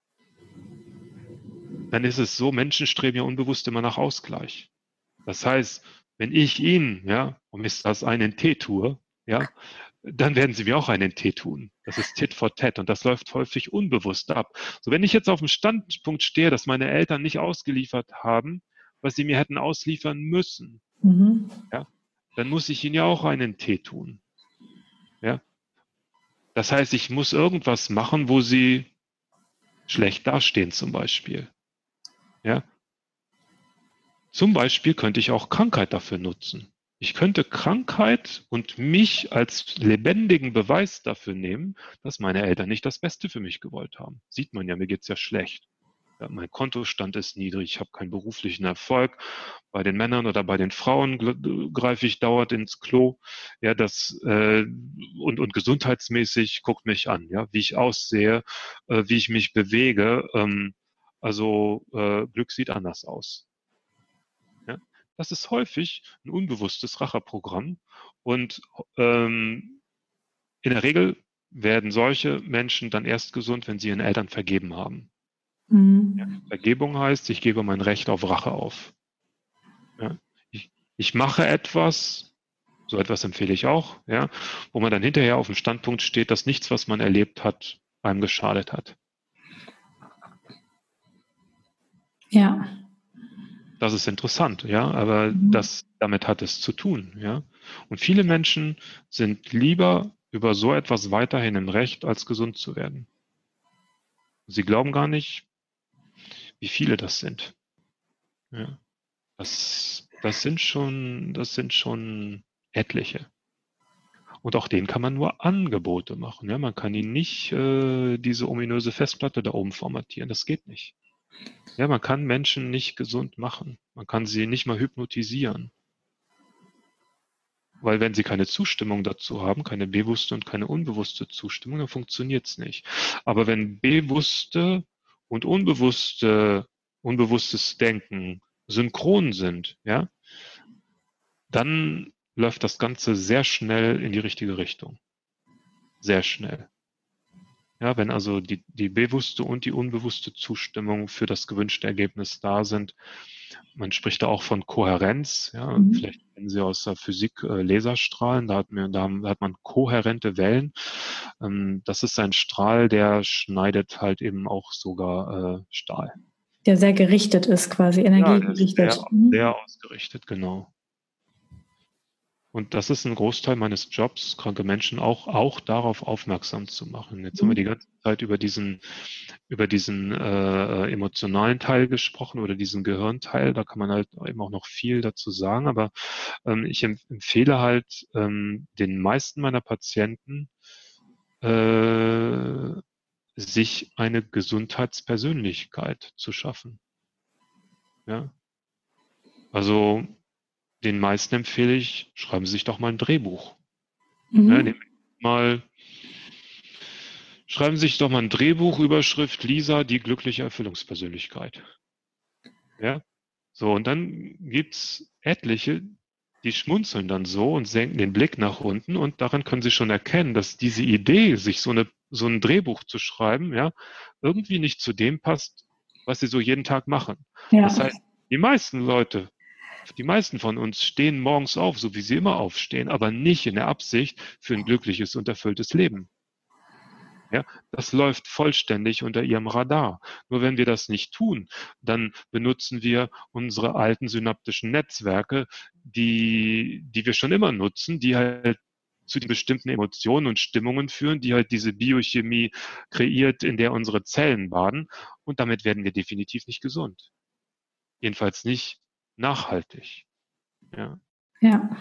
[SPEAKER 2] dann ist es so, Menschen streben ja unbewusst immer nach Ausgleich. Das heißt, wenn ich Ihnen, ja, um ist das einen Tee tue, ja, dann werden Sie mir auch einen Tee tun. Das ist Tit for Tat und das läuft häufig unbewusst ab. So, wenn ich jetzt auf dem Standpunkt stehe, dass meine Eltern nicht ausgeliefert haben, was sie mir hätten ausliefern müssen, mhm. ja, dann muss ich ihnen ja auch einen Tee tun. Ja. Das heißt, ich muss irgendwas machen, wo sie schlecht dastehen, zum Beispiel. Ja. Zum Beispiel könnte ich auch Krankheit dafür nutzen. Ich könnte Krankheit und mich als lebendigen Beweis dafür nehmen, dass meine Eltern nicht das Beste für mich gewollt haben. Sieht man ja, mir geht's ja schlecht. Ja, mein Kontostand ist niedrig, ich habe keinen beruflichen Erfolg. Bei den Männern oder bei den Frauen greife ich dauernd ins Klo. Ja, das äh, und, und gesundheitsmäßig guckt mich an, ja, wie ich aussehe, äh, wie ich mich bewege. Ähm, also äh, Glück sieht anders aus. Das ist häufig ein unbewusstes Racheprogramm und ähm, in der Regel werden solche Menschen dann erst gesund, wenn sie ihren Eltern vergeben haben. Mhm. Ja, Vergebung heißt, ich gebe mein Recht auf Rache auf. Ja, ich, ich mache etwas, so etwas empfehle ich auch, ja, wo man dann hinterher auf dem Standpunkt steht, dass nichts, was man erlebt hat, einem geschadet hat.
[SPEAKER 1] Ja.
[SPEAKER 2] Das ist interessant, ja, aber mhm. das, damit hat es zu tun, ja. Und viele Menschen sind lieber über so etwas weiterhin im Recht, als gesund zu werden. Sie glauben gar nicht, wie viele das sind. Ja. Das, das sind schon, das sind schon etliche. Und auch denen kann man nur Angebote machen. Ja, man kann ihnen nicht äh, diese ominöse Festplatte da oben formatieren. Das geht nicht. Ja, man kann Menschen nicht gesund machen. Man kann sie nicht mal hypnotisieren. Weil wenn sie keine Zustimmung dazu haben, keine bewusste und keine unbewusste Zustimmung, dann funktioniert es nicht. Aber wenn bewusste und unbewusste, unbewusstes Denken synchron sind, ja, dann läuft das Ganze sehr schnell in die richtige Richtung. Sehr schnell. Ja, wenn also die, die bewusste und die unbewusste Zustimmung für das gewünschte Ergebnis da sind. Man spricht da auch von Kohärenz. Ja, mhm. Vielleicht kennen Sie aus der Physik äh, Laserstrahlen. Da hat, mir, da hat man kohärente Wellen. Ähm, das ist ein Strahl, der schneidet halt eben auch sogar äh, Stahl.
[SPEAKER 1] Der sehr gerichtet ist, quasi energiegerichtet.
[SPEAKER 2] Ja, sehr, sehr ausgerichtet, genau. Und das ist ein Großteil meines Jobs, kranke Menschen auch, auch darauf aufmerksam zu machen. Jetzt mhm. haben wir die ganze Zeit über diesen, über diesen äh, emotionalen Teil gesprochen oder diesen Gehirnteil. Da kann man halt eben auch noch viel dazu sagen. Aber ähm, ich empfehle halt ähm, den meisten meiner Patienten, äh, sich eine Gesundheitspersönlichkeit zu schaffen. Ja. Also den meisten empfehle ich, schreiben Sie sich doch mal ein Drehbuch. Mhm. Ja, nehmen mal, schreiben Sie sich doch mal ein Drehbuch, Überschrift Lisa, die glückliche Erfüllungspersönlichkeit. Ja, so, und dann gibt's etliche, die schmunzeln dann so und senken den Blick nach unten und daran können Sie schon erkennen, dass diese Idee, sich so eine, so ein Drehbuch zu schreiben, ja, irgendwie nicht zu dem passt, was Sie so jeden Tag machen.
[SPEAKER 1] Ja.
[SPEAKER 2] Das heißt, die meisten Leute, die meisten von uns stehen morgens auf, so wie sie immer aufstehen, aber nicht in der Absicht für ein glückliches und erfülltes Leben. Ja, das läuft vollständig unter ihrem Radar. Nur wenn wir das nicht tun, dann benutzen wir unsere alten synaptischen Netzwerke, die, die wir schon immer nutzen, die halt zu den bestimmten Emotionen und Stimmungen führen, die halt diese Biochemie kreiert, in der unsere Zellen baden. Und damit werden wir definitiv nicht gesund. Jedenfalls nicht nachhaltig. Ja.
[SPEAKER 1] Ja.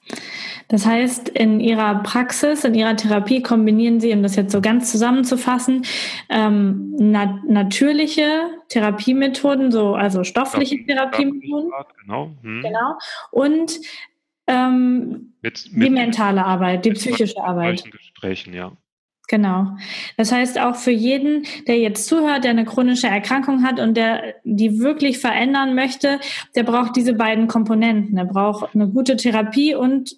[SPEAKER 1] Das heißt, in Ihrer Praxis, in Ihrer Therapie kombinieren Sie, um das jetzt so ganz zusammenzufassen, ähm, nat- natürliche Therapiemethoden, so also stoffliche
[SPEAKER 2] Stoff-
[SPEAKER 1] Therapiemethoden,
[SPEAKER 2] Genau. Hm.
[SPEAKER 1] genau, und ähm,
[SPEAKER 2] Mit,
[SPEAKER 1] die
[SPEAKER 2] mit,
[SPEAKER 1] mentale Arbeit, die
[SPEAKER 2] mit
[SPEAKER 1] psychische Arbeit.
[SPEAKER 2] solchen Gesprächen, ja.
[SPEAKER 1] Genau. Das heißt auch für jeden, der jetzt zuhört, der eine chronische Erkrankung hat und der die wirklich verändern möchte, der braucht diese beiden Komponenten. Er braucht eine gute Therapie und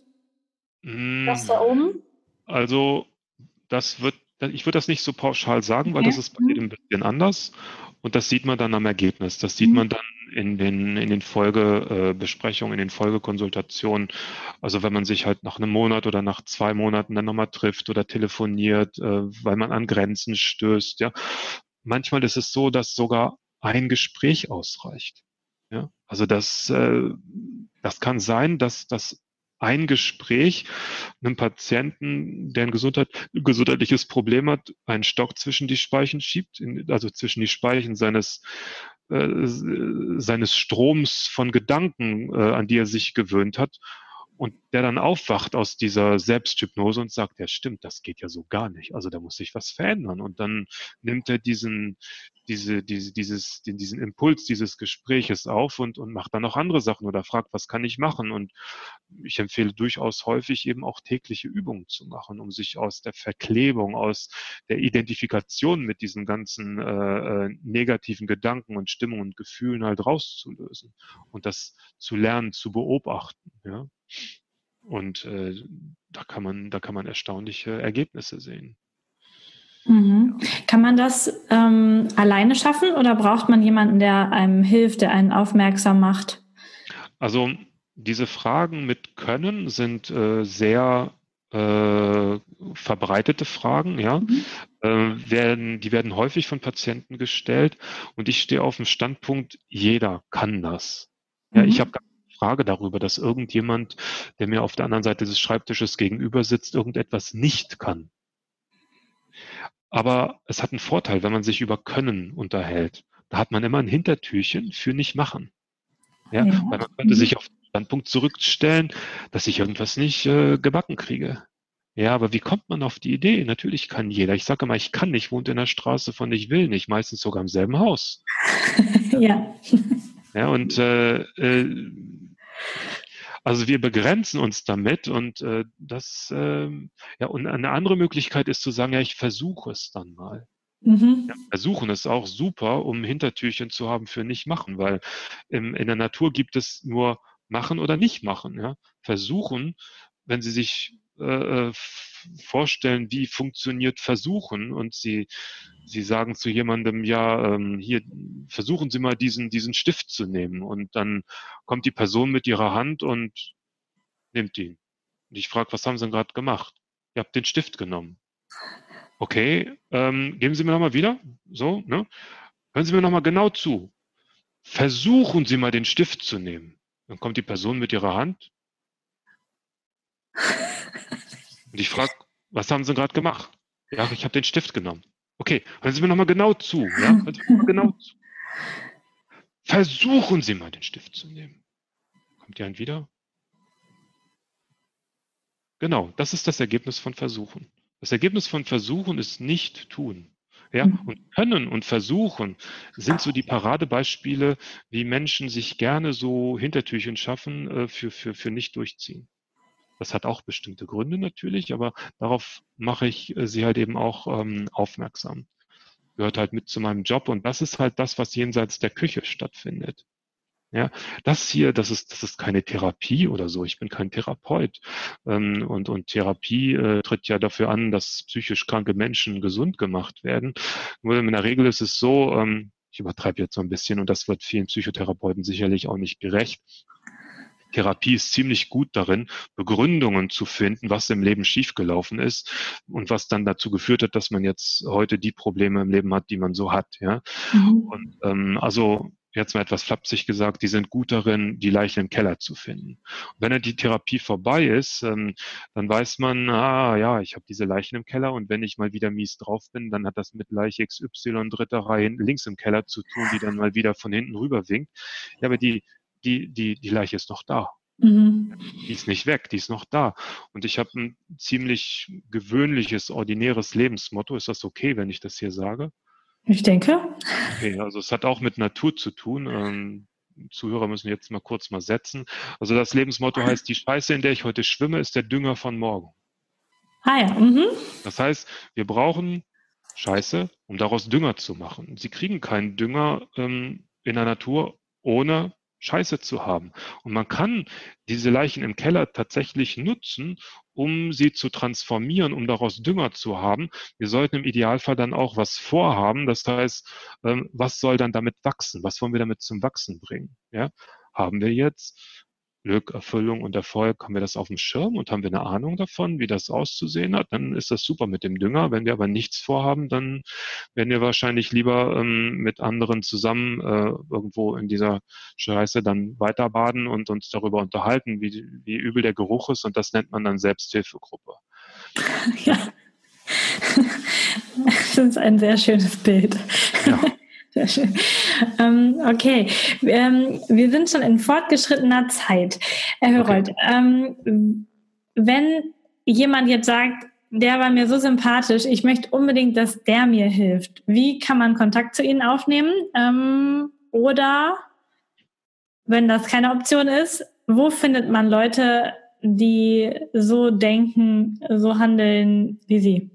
[SPEAKER 1] was da oben?
[SPEAKER 2] Also das wird, ich würde das nicht so pauschal sagen, weil
[SPEAKER 1] Okay.
[SPEAKER 2] das ist bei jedem ein bisschen anders und das sieht man dann am Ergebnis. Das sieht
[SPEAKER 1] Mhm.
[SPEAKER 2] man dann in den, in den Folgebesprechungen, in den Folgekonsultationen. Also wenn man sich halt nach einem Monat oder nach zwei Monaten dann nochmal trifft oder telefoniert, äh, weil man an Grenzen stößt. Ja, manchmal ist es so, dass sogar ein Gespräch ausreicht. Ja, also das, äh, das kann sein, dass das ein Gespräch einem Patienten, der ein Gesundheit, gesundheitliches Problem hat, einen Stock zwischen die Speichen schiebt, in, also zwischen die Speichen seines äh, seines Stroms von Gedanken, äh, an die er sich gewöhnt hat, und der dann aufwacht aus dieser Selbsthypnose und sagt, ja stimmt, das geht ja so gar nicht. Also da muss sich was verändern. Und dann nimmt er diesen, diese, diese, dieses, den, diesen Impuls dieses Gespräches auf und, und macht dann noch andere Sachen oder fragt, was kann ich machen? Und ich empfehle durchaus häufig eben auch tägliche Übungen zu machen, um sich aus der Verklebung, aus der Identifikation mit diesen ganzen äh, äh, negativen Gedanken und Stimmungen und Gefühlen halt rauszulösen und das zu lernen, zu beobachten. Ja? Und äh, da kann man, da kann man erstaunliche Ergebnisse sehen.
[SPEAKER 1] Mhm. Kann man das ähm, alleine schaffen oder braucht man jemanden, der einem hilft, der einen aufmerksam macht?
[SPEAKER 2] Also diese Fragen mit Können sind äh, sehr äh, verbreitete Fragen, ja.
[SPEAKER 1] Mhm.
[SPEAKER 2] Äh, werden, die werden häufig von Patienten gestellt und ich stehe auf dem Standpunkt, jeder kann das. Ja,
[SPEAKER 1] Mhm.
[SPEAKER 2] ich habe keine Frage darüber, dass irgendjemand, der mir auf der anderen Seite des Schreibtisches gegenüber sitzt, irgendetwas nicht kann. Aber es hat einen Vorteil, wenn man sich über Können unterhält. Da hat man immer ein Hintertürchen für nicht machen. Ja,
[SPEAKER 1] Ja.
[SPEAKER 2] weil man könnte
[SPEAKER 1] Mhm.
[SPEAKER 2] sich auf den Standpunkt zurückstellen, dass ich irgendwas nicht äh, gebacken kriege. Ja, aber wie kommt man auf die Idee? Natürlich kann jeder. Ich sage mal, ich kann nicht, wohnt in der Straße von ich will nicht, meistens sogar im selben Haus.
[SPEAKER 1] Ja.
[SPEAKER 2] Ja, und äh, äh, also wir begrenzen uns damit und äh, das, äh, ja, und eine andere Möglichkeit ist zu sagen, ja, ich versuche es dann mal.
[SPEAKER 1] Mhm.
[SPEAKER 2] Ja, versuchen ist auch super, um Hintertürchen zu haben für nicht machen, weil im, in der Natur gibt es nur machen oder nicht machen. Ja? Versuchen, wenn Sie sich äh, äh, vorstellen, wie funktioniert Versuchen und Sie, Sie sagen zu jemandem, ja, ähm, hier, versuchen Sie mal diesen, diesen Stift zu nehmen und dann kommt die Person mit ihrer Hand und nimmt ihn. Und ich frage, was haben Sie denn gerade gemacht? Ihr habt den Stift genommen. Okay, ähm, geben Sie mir nochmal wieder. So, ne? Hören Sie mir nochmal genau zu. Versuchen Sie mal den Stift zu nehmen. Dann kommt die Person mit ihrer Hand und ich frage, was haben Sie gerade gemacht? Ja, ich habe den Stift genommen. Okay, hören Sie mir nochmal genau zu. Ja, hören Sie mir noch mal genau zu. Versuchen Sie mal den Stift zu nehmen. Kommt die Hand wieder? Genau, das ist das Ergebnis von Versuchen. Das Ergebnis von Versuchen ist nicht tun. Ja, und Können und Versuchen sind so die Paradebeispiele, wie Menschen sich gerne so Hintertürchen schaffen äh, für, für, für nicht durchziehen. Das hat auch bestimmte Gründe natürlich, aber darauf mache ich äh, sie halt eben auch ähm, aufmerksam. Gehört halt mit zu meinem Job und das ist halt das, was jenseits der Küche stattfindet. Ja, das hier, das ist, das ist keine Therapie oder so. Ich bin kein Therapeut. Ähm, und, und Therapie äh, tritt ja dafür an, dass psychisch kranke Menschen gesund gemacht werden. Nur in der Regel ist es so, ähm, ich übertreibe jetzt so ein bisschen und das wird vielen Psychotherapeuten sicherlich auch nicht gerecht. Therapie ist ziemlich gut darin, Begründungen zu finden, was im Leben schiefgelaufen ist und was dann dazu geführt hat, dass man jetzt heute die Probleme im Leben hat, die man so hat. Ja,
[SPEAKER 1] Mhm.
[SPEAKER 2] und ähm, also jetzt mal etwas flapsig gesagt, die sind gut darin, die Leiche im Keller zu finden. Und wenn dann die Therapie vorbei ist, ähm, dann weiß man, ah ja, ich habe diese Leichen im Keller und wenn ich mal wieder mies drauf bin, dann hat das mit Leiche X Y dritter Reihe links im Keller zu tun, die dann mal wieder von hinten rüber winkt. Ja, aber die die, die, die Leiche ist noch da.
[SPEAKER 1] Mhm.
[SPEAKER 2] Die ist nicht weg, die ist noch da. Und ich habe ein ziemlich gewöhnliches, ordinäres Lebensmotto. Ist das okay, wenn ich das hier sage?
[SPEAKER 1] Ich denke.
[SPEAKER 2] Okay, also es hat auch mit Natur zu tun. Ähm, Zuhörer müssen jetzt mal kurz mal setzen. Also das Lebensmotto heißt, die Scheiße, in der ich heute schwimme, ist der Dünger von morgen.
[SPEAKER 1] Ah ja. Mhm.
[SPEAKER 2] Das heißt, wir brauchen Scheiße, um daraus Dünger zu machen. Sie kriegen keinen Dünger ähm, in der Natur, ohne Scheiße zu haben. Und man kann diese Leichen im Keller tatsächlich nutzen, um sie zu transformieren, um daraus Dünger zu haben. Wir sollten im Idealfall dann auch was vorhaben. Das heißt, ähm, was soll dann damit wachsen? Was wollen wir damit zum Wachsen bringen? Ja? Haben wir jetzt Glück, Erfüllung und Erfolg, haben wir das auf dem Schirm und haben wir eine Ahnung davon, wie das auszusehen hat, dann ist das super mit dem Dünger. Wenn wir aber nichts vorhaben, dann werden wir wahrscheinlich lieber ähm, mit anderen zusammen äh, irgendwo in dieser Scheiße dann weiter baden und uns darüber unterhalten, wie, wie übel der Geruch ist, und das nennt man dann Selbsthilfegruppe.
[SPEAKER 1] Ja. Das ist ein sehr schönes Bild.
[SPEAKER 2] Ja.
[SPEAKER 1] Sehr schön. Ähm, okay, ähm, wir sind schon in fortgeschrittener Zeit. Herr Herold, okay. ähm, wenn jemand jetzt sagt, der war mir so sympathisch, ich möchte unbedingt, dass der mir hilft, wie kann man Kontakt zu Ihnen aufnehmen? Ähm, oder, wenn das keine Option ist, wo findet man Leute, die so denken, so handeln wie Sie?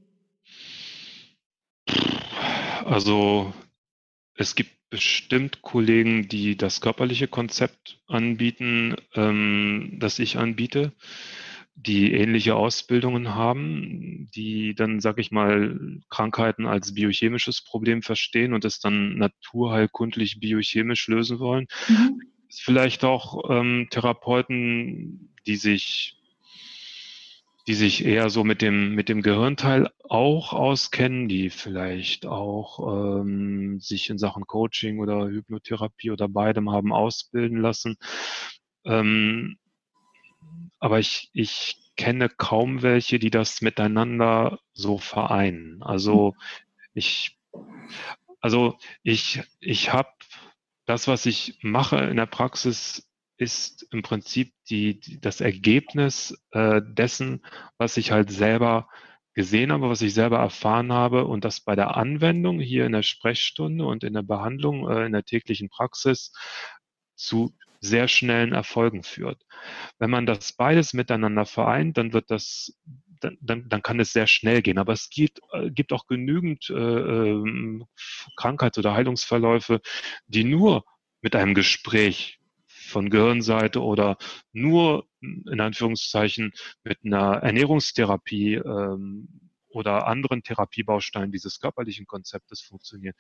[SPEAKER 2] Also es gibt bestimmt Kollegen, die das körperliche Konzept anbieten, ähm, das ich anbiete, die ähnliche Ausbildungen haben, die dann, sag ich mal, Krankheiten als biochemisches Problem verstehen und es dann naturheilkundlich biochemisch lösen wollen.
[SPEAKER 1] Mhm.
[SPEAKER 2] Vielleicht auch ähm, Therapeuten, die sich die sich eher so mit dem, mit dem Gehirnteil auch auskennen, die vielleicht auch ähm, sich in Sachen Coaching oder Hypnotherapie oder beidem haben ausbilden lassen. Ähm, aber ich, ich kenne kaum welche, die das miteinander so vereinen. Also ich, also ich, ich habe das, was ich mache in der Praxis, ist im Prinzip die, die das Ergebnis äh, dessen, was ich halt selber gesehen habe, was ich selber erfahren habe, und das bei der Anwendung hier in der Sprechstunde und in der Behandlung äh, in der täglichen Praxis zu sehr schnellen Erfolgen führt. Wenn man das beides miteinander vereint, dann wird das dann, dann, dann kann es sehr schnell gehen. Aber es gibt, äh, gibt auch genügend äh, ähm, Krankheits- oder Heilungsverläufe, die nur mit einem Gespräch von Gehirnseite oder nur in Anführungszeichen mit einer Ernährungstherapie ähm, oder anderen Therapiebausteinen dieses körperlichen Konzeptes funktionieren.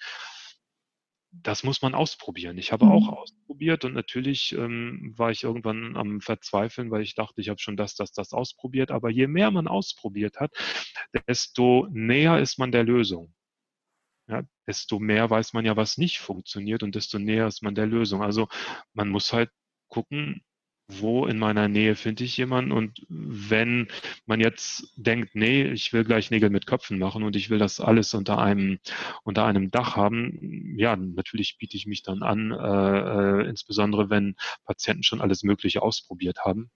[SPEAKER 2] Das muss man ausprobieren. Ich habe auch
[SPEAKER 1] Mhm.
[SPEAKER 2] ausprobiert und natürlich ähm, war ich irgendwann am Verzweifeln, weil ich dachte, ich habe schon das, das, das ausprobiert. Aber je mehr man ausprobiert hat, desto näher ist man der Lösung. Ja, desto mehr weiß man ja, was nicht funktioniert, und desto näher ist man der Lösung. Also man muss halt gucken, wo in meiner Nähe finde ich jemanden, und wenn man jetzt denkt, nee, ich will gleich Nägel mit Köpfen machen und ich will das alles unter einem unter einem Dach haben, ja, natürlich biete ich mich dann an, äh, äh, insbesondere wenn Patienten schon alles Mögliche ausprobiert haben,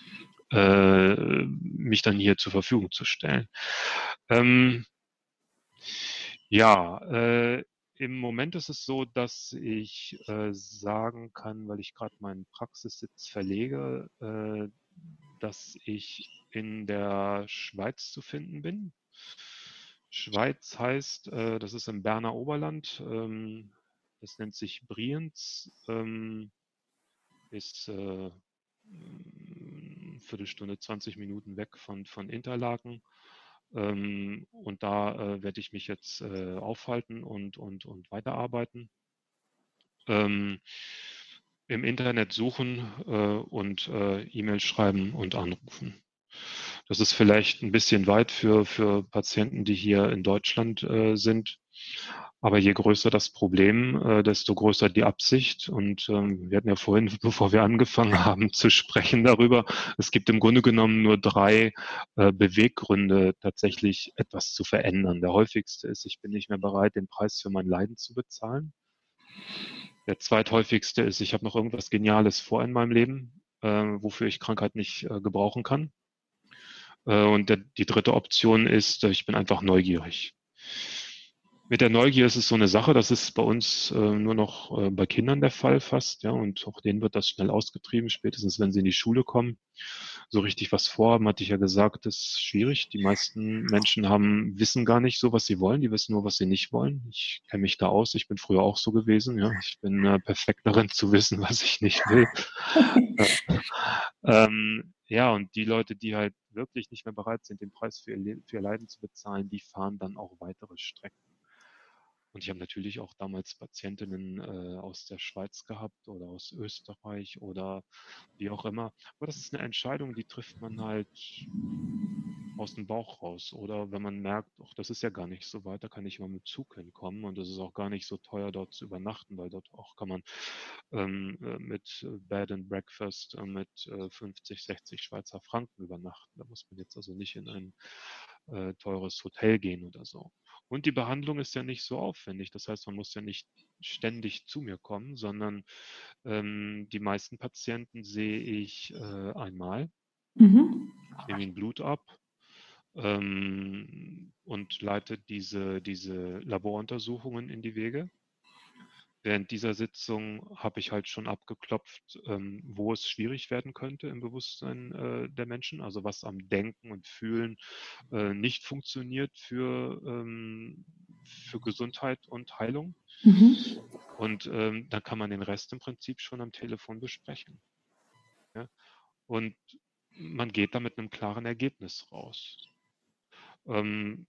[SPEAKER 2] äh, mich dann hier zur Verfügung zu stellen. Ähm, ja, äh, im Moment ist es so, dass ich äh, sagen kann, weil ich gerade meinen Praxissitz verlege, äh, dass ich in der Schweiz zu finden bin. Schweiz heißt, äh, das ist im Berner Oberland, ähm, das nennt sich Brienz, ähm, ist äh, eine Viertelstunde, zwanzig Minuten weg von, von Interlaken. Ähm, und da äh, werde ich mich jetzt äh, aufhalten und, und, und weiterarbeiten. Ähm, im Internet suchen äh, und äh, E-Mail schreiben und anrufen. Das ist vielleicht ein bisschen weit für, für Patienten, die hier in Deutschland äh, sind. Aber je größer das Problem, äh, desto größer die Absicht. Und ähm, wir hatten ja vorhin, bevor wir angefangen haben zu sprechen darüber, es gibt im Grunde genommen nur drei äh, Beweggründe, tatsächlich etwas zu verändern. Der häufigste ist, ich bin nicht mehr bereit, den Preis für mein Leiden zu bezahlen. Der zweithäufigste ist, ich habe noch irgendwas Geniales vor in meinem Leben, äh, wofür ich Krankheit nicht äh, gebrauchen kann. Äh, und der, die dritte Option ist, äh, ich bin einfach neugierig. Mit der Neugier ist es so eine Sache, das ist bei uns äh, nur noch äh, bei Kindern der Fall fast, ja, und auch denen wird das schnell ausgetrieben, spätestens wenn sie in die Schule kommen. So richtig was vorhaben, hatte ich ja gesagt, ist schwierig. Die meisten Menschen haben, wissen gar nicht so, was sie wollen, die wissen nur, was sie nicht wollen. Ich kenne mich da aus, ich bin früher auch so gewesen, ja. Ich bin äh, perfekt darin zu wissen, was ich nicht will. ähm, ja, und die Leute, die halt wirklich nicht mehr bereit sind, den Preis für ihr, für ihr Leiden zu bezahlen, die fahren dann auch weitere Strecken. Und ich habe natürlich auch damals Patientinnen äh, aus der Schweiz gehabt oder aus Österreich oder wie auch immer. Aber das ist eine Entscheidung, die trifft man halt aus dem Bauch raus. Oder wenn man merkt, ach, das ist ja gar nicht so weit, da kann ich mal mit Zug hinkommen und es ist auch gar nicht so teuer, dort zu übernachten, weil dort auch kann man ähm, mit Bed and Breakfast äh, mit äh, fünfzig, sechzig Schweizer Franken übernachten. Da muss man jetzt also nicht in ein äh, teures Hotel gehen oder so. Und die Behandlung ist ja nicht so aufwendig. Das heißt, man muss ja nicht ständig zu mir kommen, sondern ähm, die meisten Patienten sehe ich äh, einmal, mhm. nehme ihnen Blut ab ähm, und leite diese, diese Laboruntersuchungen in die Wege. Während dieser Sitzung habe ich halt schon abgeklopft, ähm, wo es schwierig werden könnte im Bewusstsein äh, der Menschen, also was am Denken und Fühlen äh, nicht funktioniert für, ähm, für Gesundheit und Heilung. Mhm. Und ähm, dann kann man den Rest im Prinzip schon am Telefon besprechen. Ja? Und man geht da mit einem klaren Ergebnis raus. Ähm,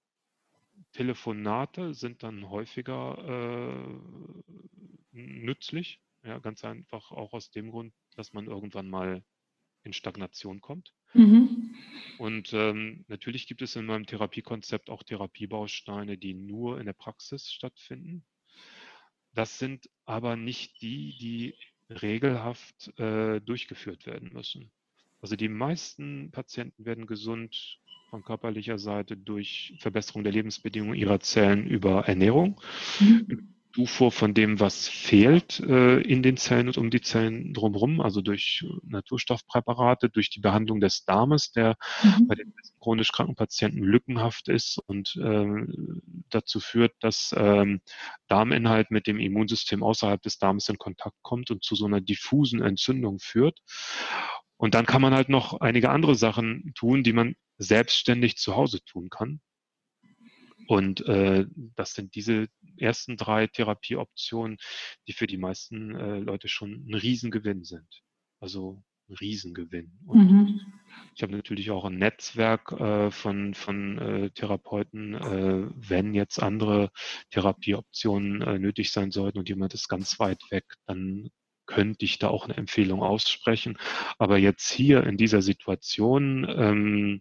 [SPEAKER 2] Telefonate sind dann häufiger äh, nützlich, ja, ganz einfach auch aus dem Grund, dass man irgendwann mal in Stagnation kommt. Mhm. Und ähm, natürlich gibt es in meinem Therapiekonzept auch Therapiebausteine, die nur in der Praxis stattfinden. Das sind aber nicht die, die regelhaft äh, durchgeführt werden müssen. Also die meisten Patienten werden gesund von körperlicher Seite durch Verbesserung der Lebensbedingungen ihrer Zellen über Ernährung, mhm. Zufuhr von dem, was fehlt äh, in den Zellen und um die Zellen drumherum, also durch Naturstoffpräparate, durch die Behandlung des Darmes, der mhm. bei den chronisch kranken Patienten lückenhaft ist und äh, dazu führt, dass ähm, Darminhalt mit dem Immunsystem außerhalb des Darms in Kontakt kommt und zu so einer diffusen Entzündung führt. Und dann kann man halt noch einige andere Sachen tun, die man selbstständig zu Hause tun kann. Und äh, das sind diese ersten drei Therapieoptionen, die für die meisten äh, Leute schon ein Riesengewinn sind. Also ein Riesengewinn. Und mhm. ich habe natürlich auch ein Netzwerk äh, von, von äh, Therapeuten, äh, wenn jetzt andere Therapieoptionen äh, nötig sein sollten und jemand ist ganz weit weg, dann könnte ich da auch eine Empfehlung aussprechen. Aber jetzt hier in dieser Situation ähm,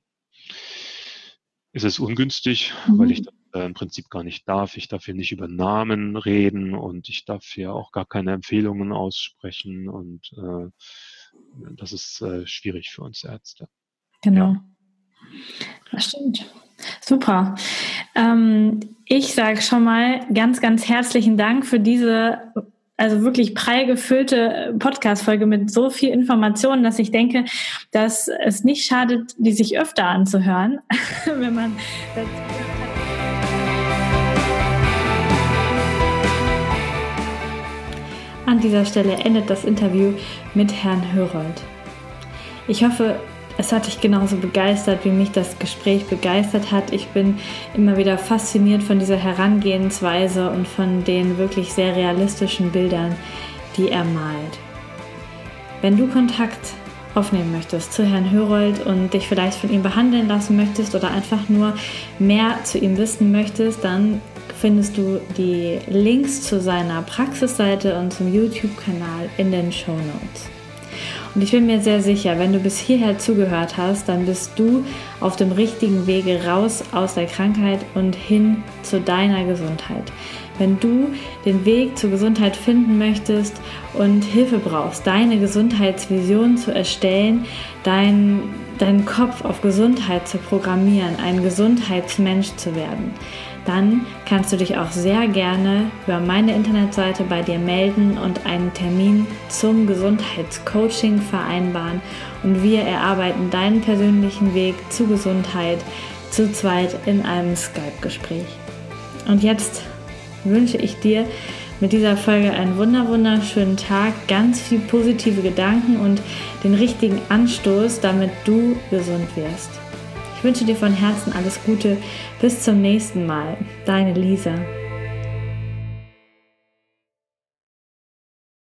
[SPEAKER 2] ist es ungünstig, mhm. weil ich das äh, im Prinzip gar nicht darf. Ich darf hier nicht über Namen reden und ich darf hier auch gar keine Empfehlungen aussprechen und äh, das ist äh, schwierig für uns Ärzte.
[SPEAKER 1] Genau. Ja. Das stimmt. Super. Ähm, ich sage schon mal ganz, ganz herzlichen Dank für diese also wirklich prall gefüllte Podcast-Folge mit so viel Informationen, dass ich denke, dass es nicht schadet, die sich öfter anzuhören, wenn man das An dieser Stelle endet das Interview mit Herrn Hörold. Ich hoffe, es hat dich genauso begeistert, wie mich das Gespräch begeistert hat. Ich bin immer wieder fasziniert von dieser Herangehensweise und von den wirklich sehr realistischen Bildern, die er malt. Wenn du Kontakt aufnehmen möchtest zu Herrn Hörold und dich vielleicht von ihm behandeln lassen möchtest oder einfach nur mehr zu ihm wissen möchtest, dann findest du die Links zu seiner Praxisseite und zum YouTube-Kanal in den Shownotes. Und ich bin mir sehr sicher, wenn du bis hierher zugehört hast, dann bist du auf dem richtigen Wege raus aus der Krankheit und hin zu deiner Gesundheit. Wenn du den Weg zur Gesundheit finden möchtest und Hilfe brauchst, deine Gesundheitsvision zu erstellen, dein, deinen Kopf auf Gesundheit zu programmieren, ein Gesundheitsmensch zu werden, dann kannst du dich auch sehr gerne über meine Internetseite bei dir melden und einen Termin zum Gesundheitscoaching vereinbaren. Und wir erarbeiten deinen persönlichen Weg zu Gesundheit zu zweit in einem Skype-Gespräch. Und jetzt wünsche ich dir mit dieser Folge einen wunder wunderschönen Tag, ganz viel positive Gedanken und den richtigen Anstoß, damit du gesund wirst. Ich wünsche dir von Herzen alles Gute. Bis zum nächsten Mal. Deine Lisa.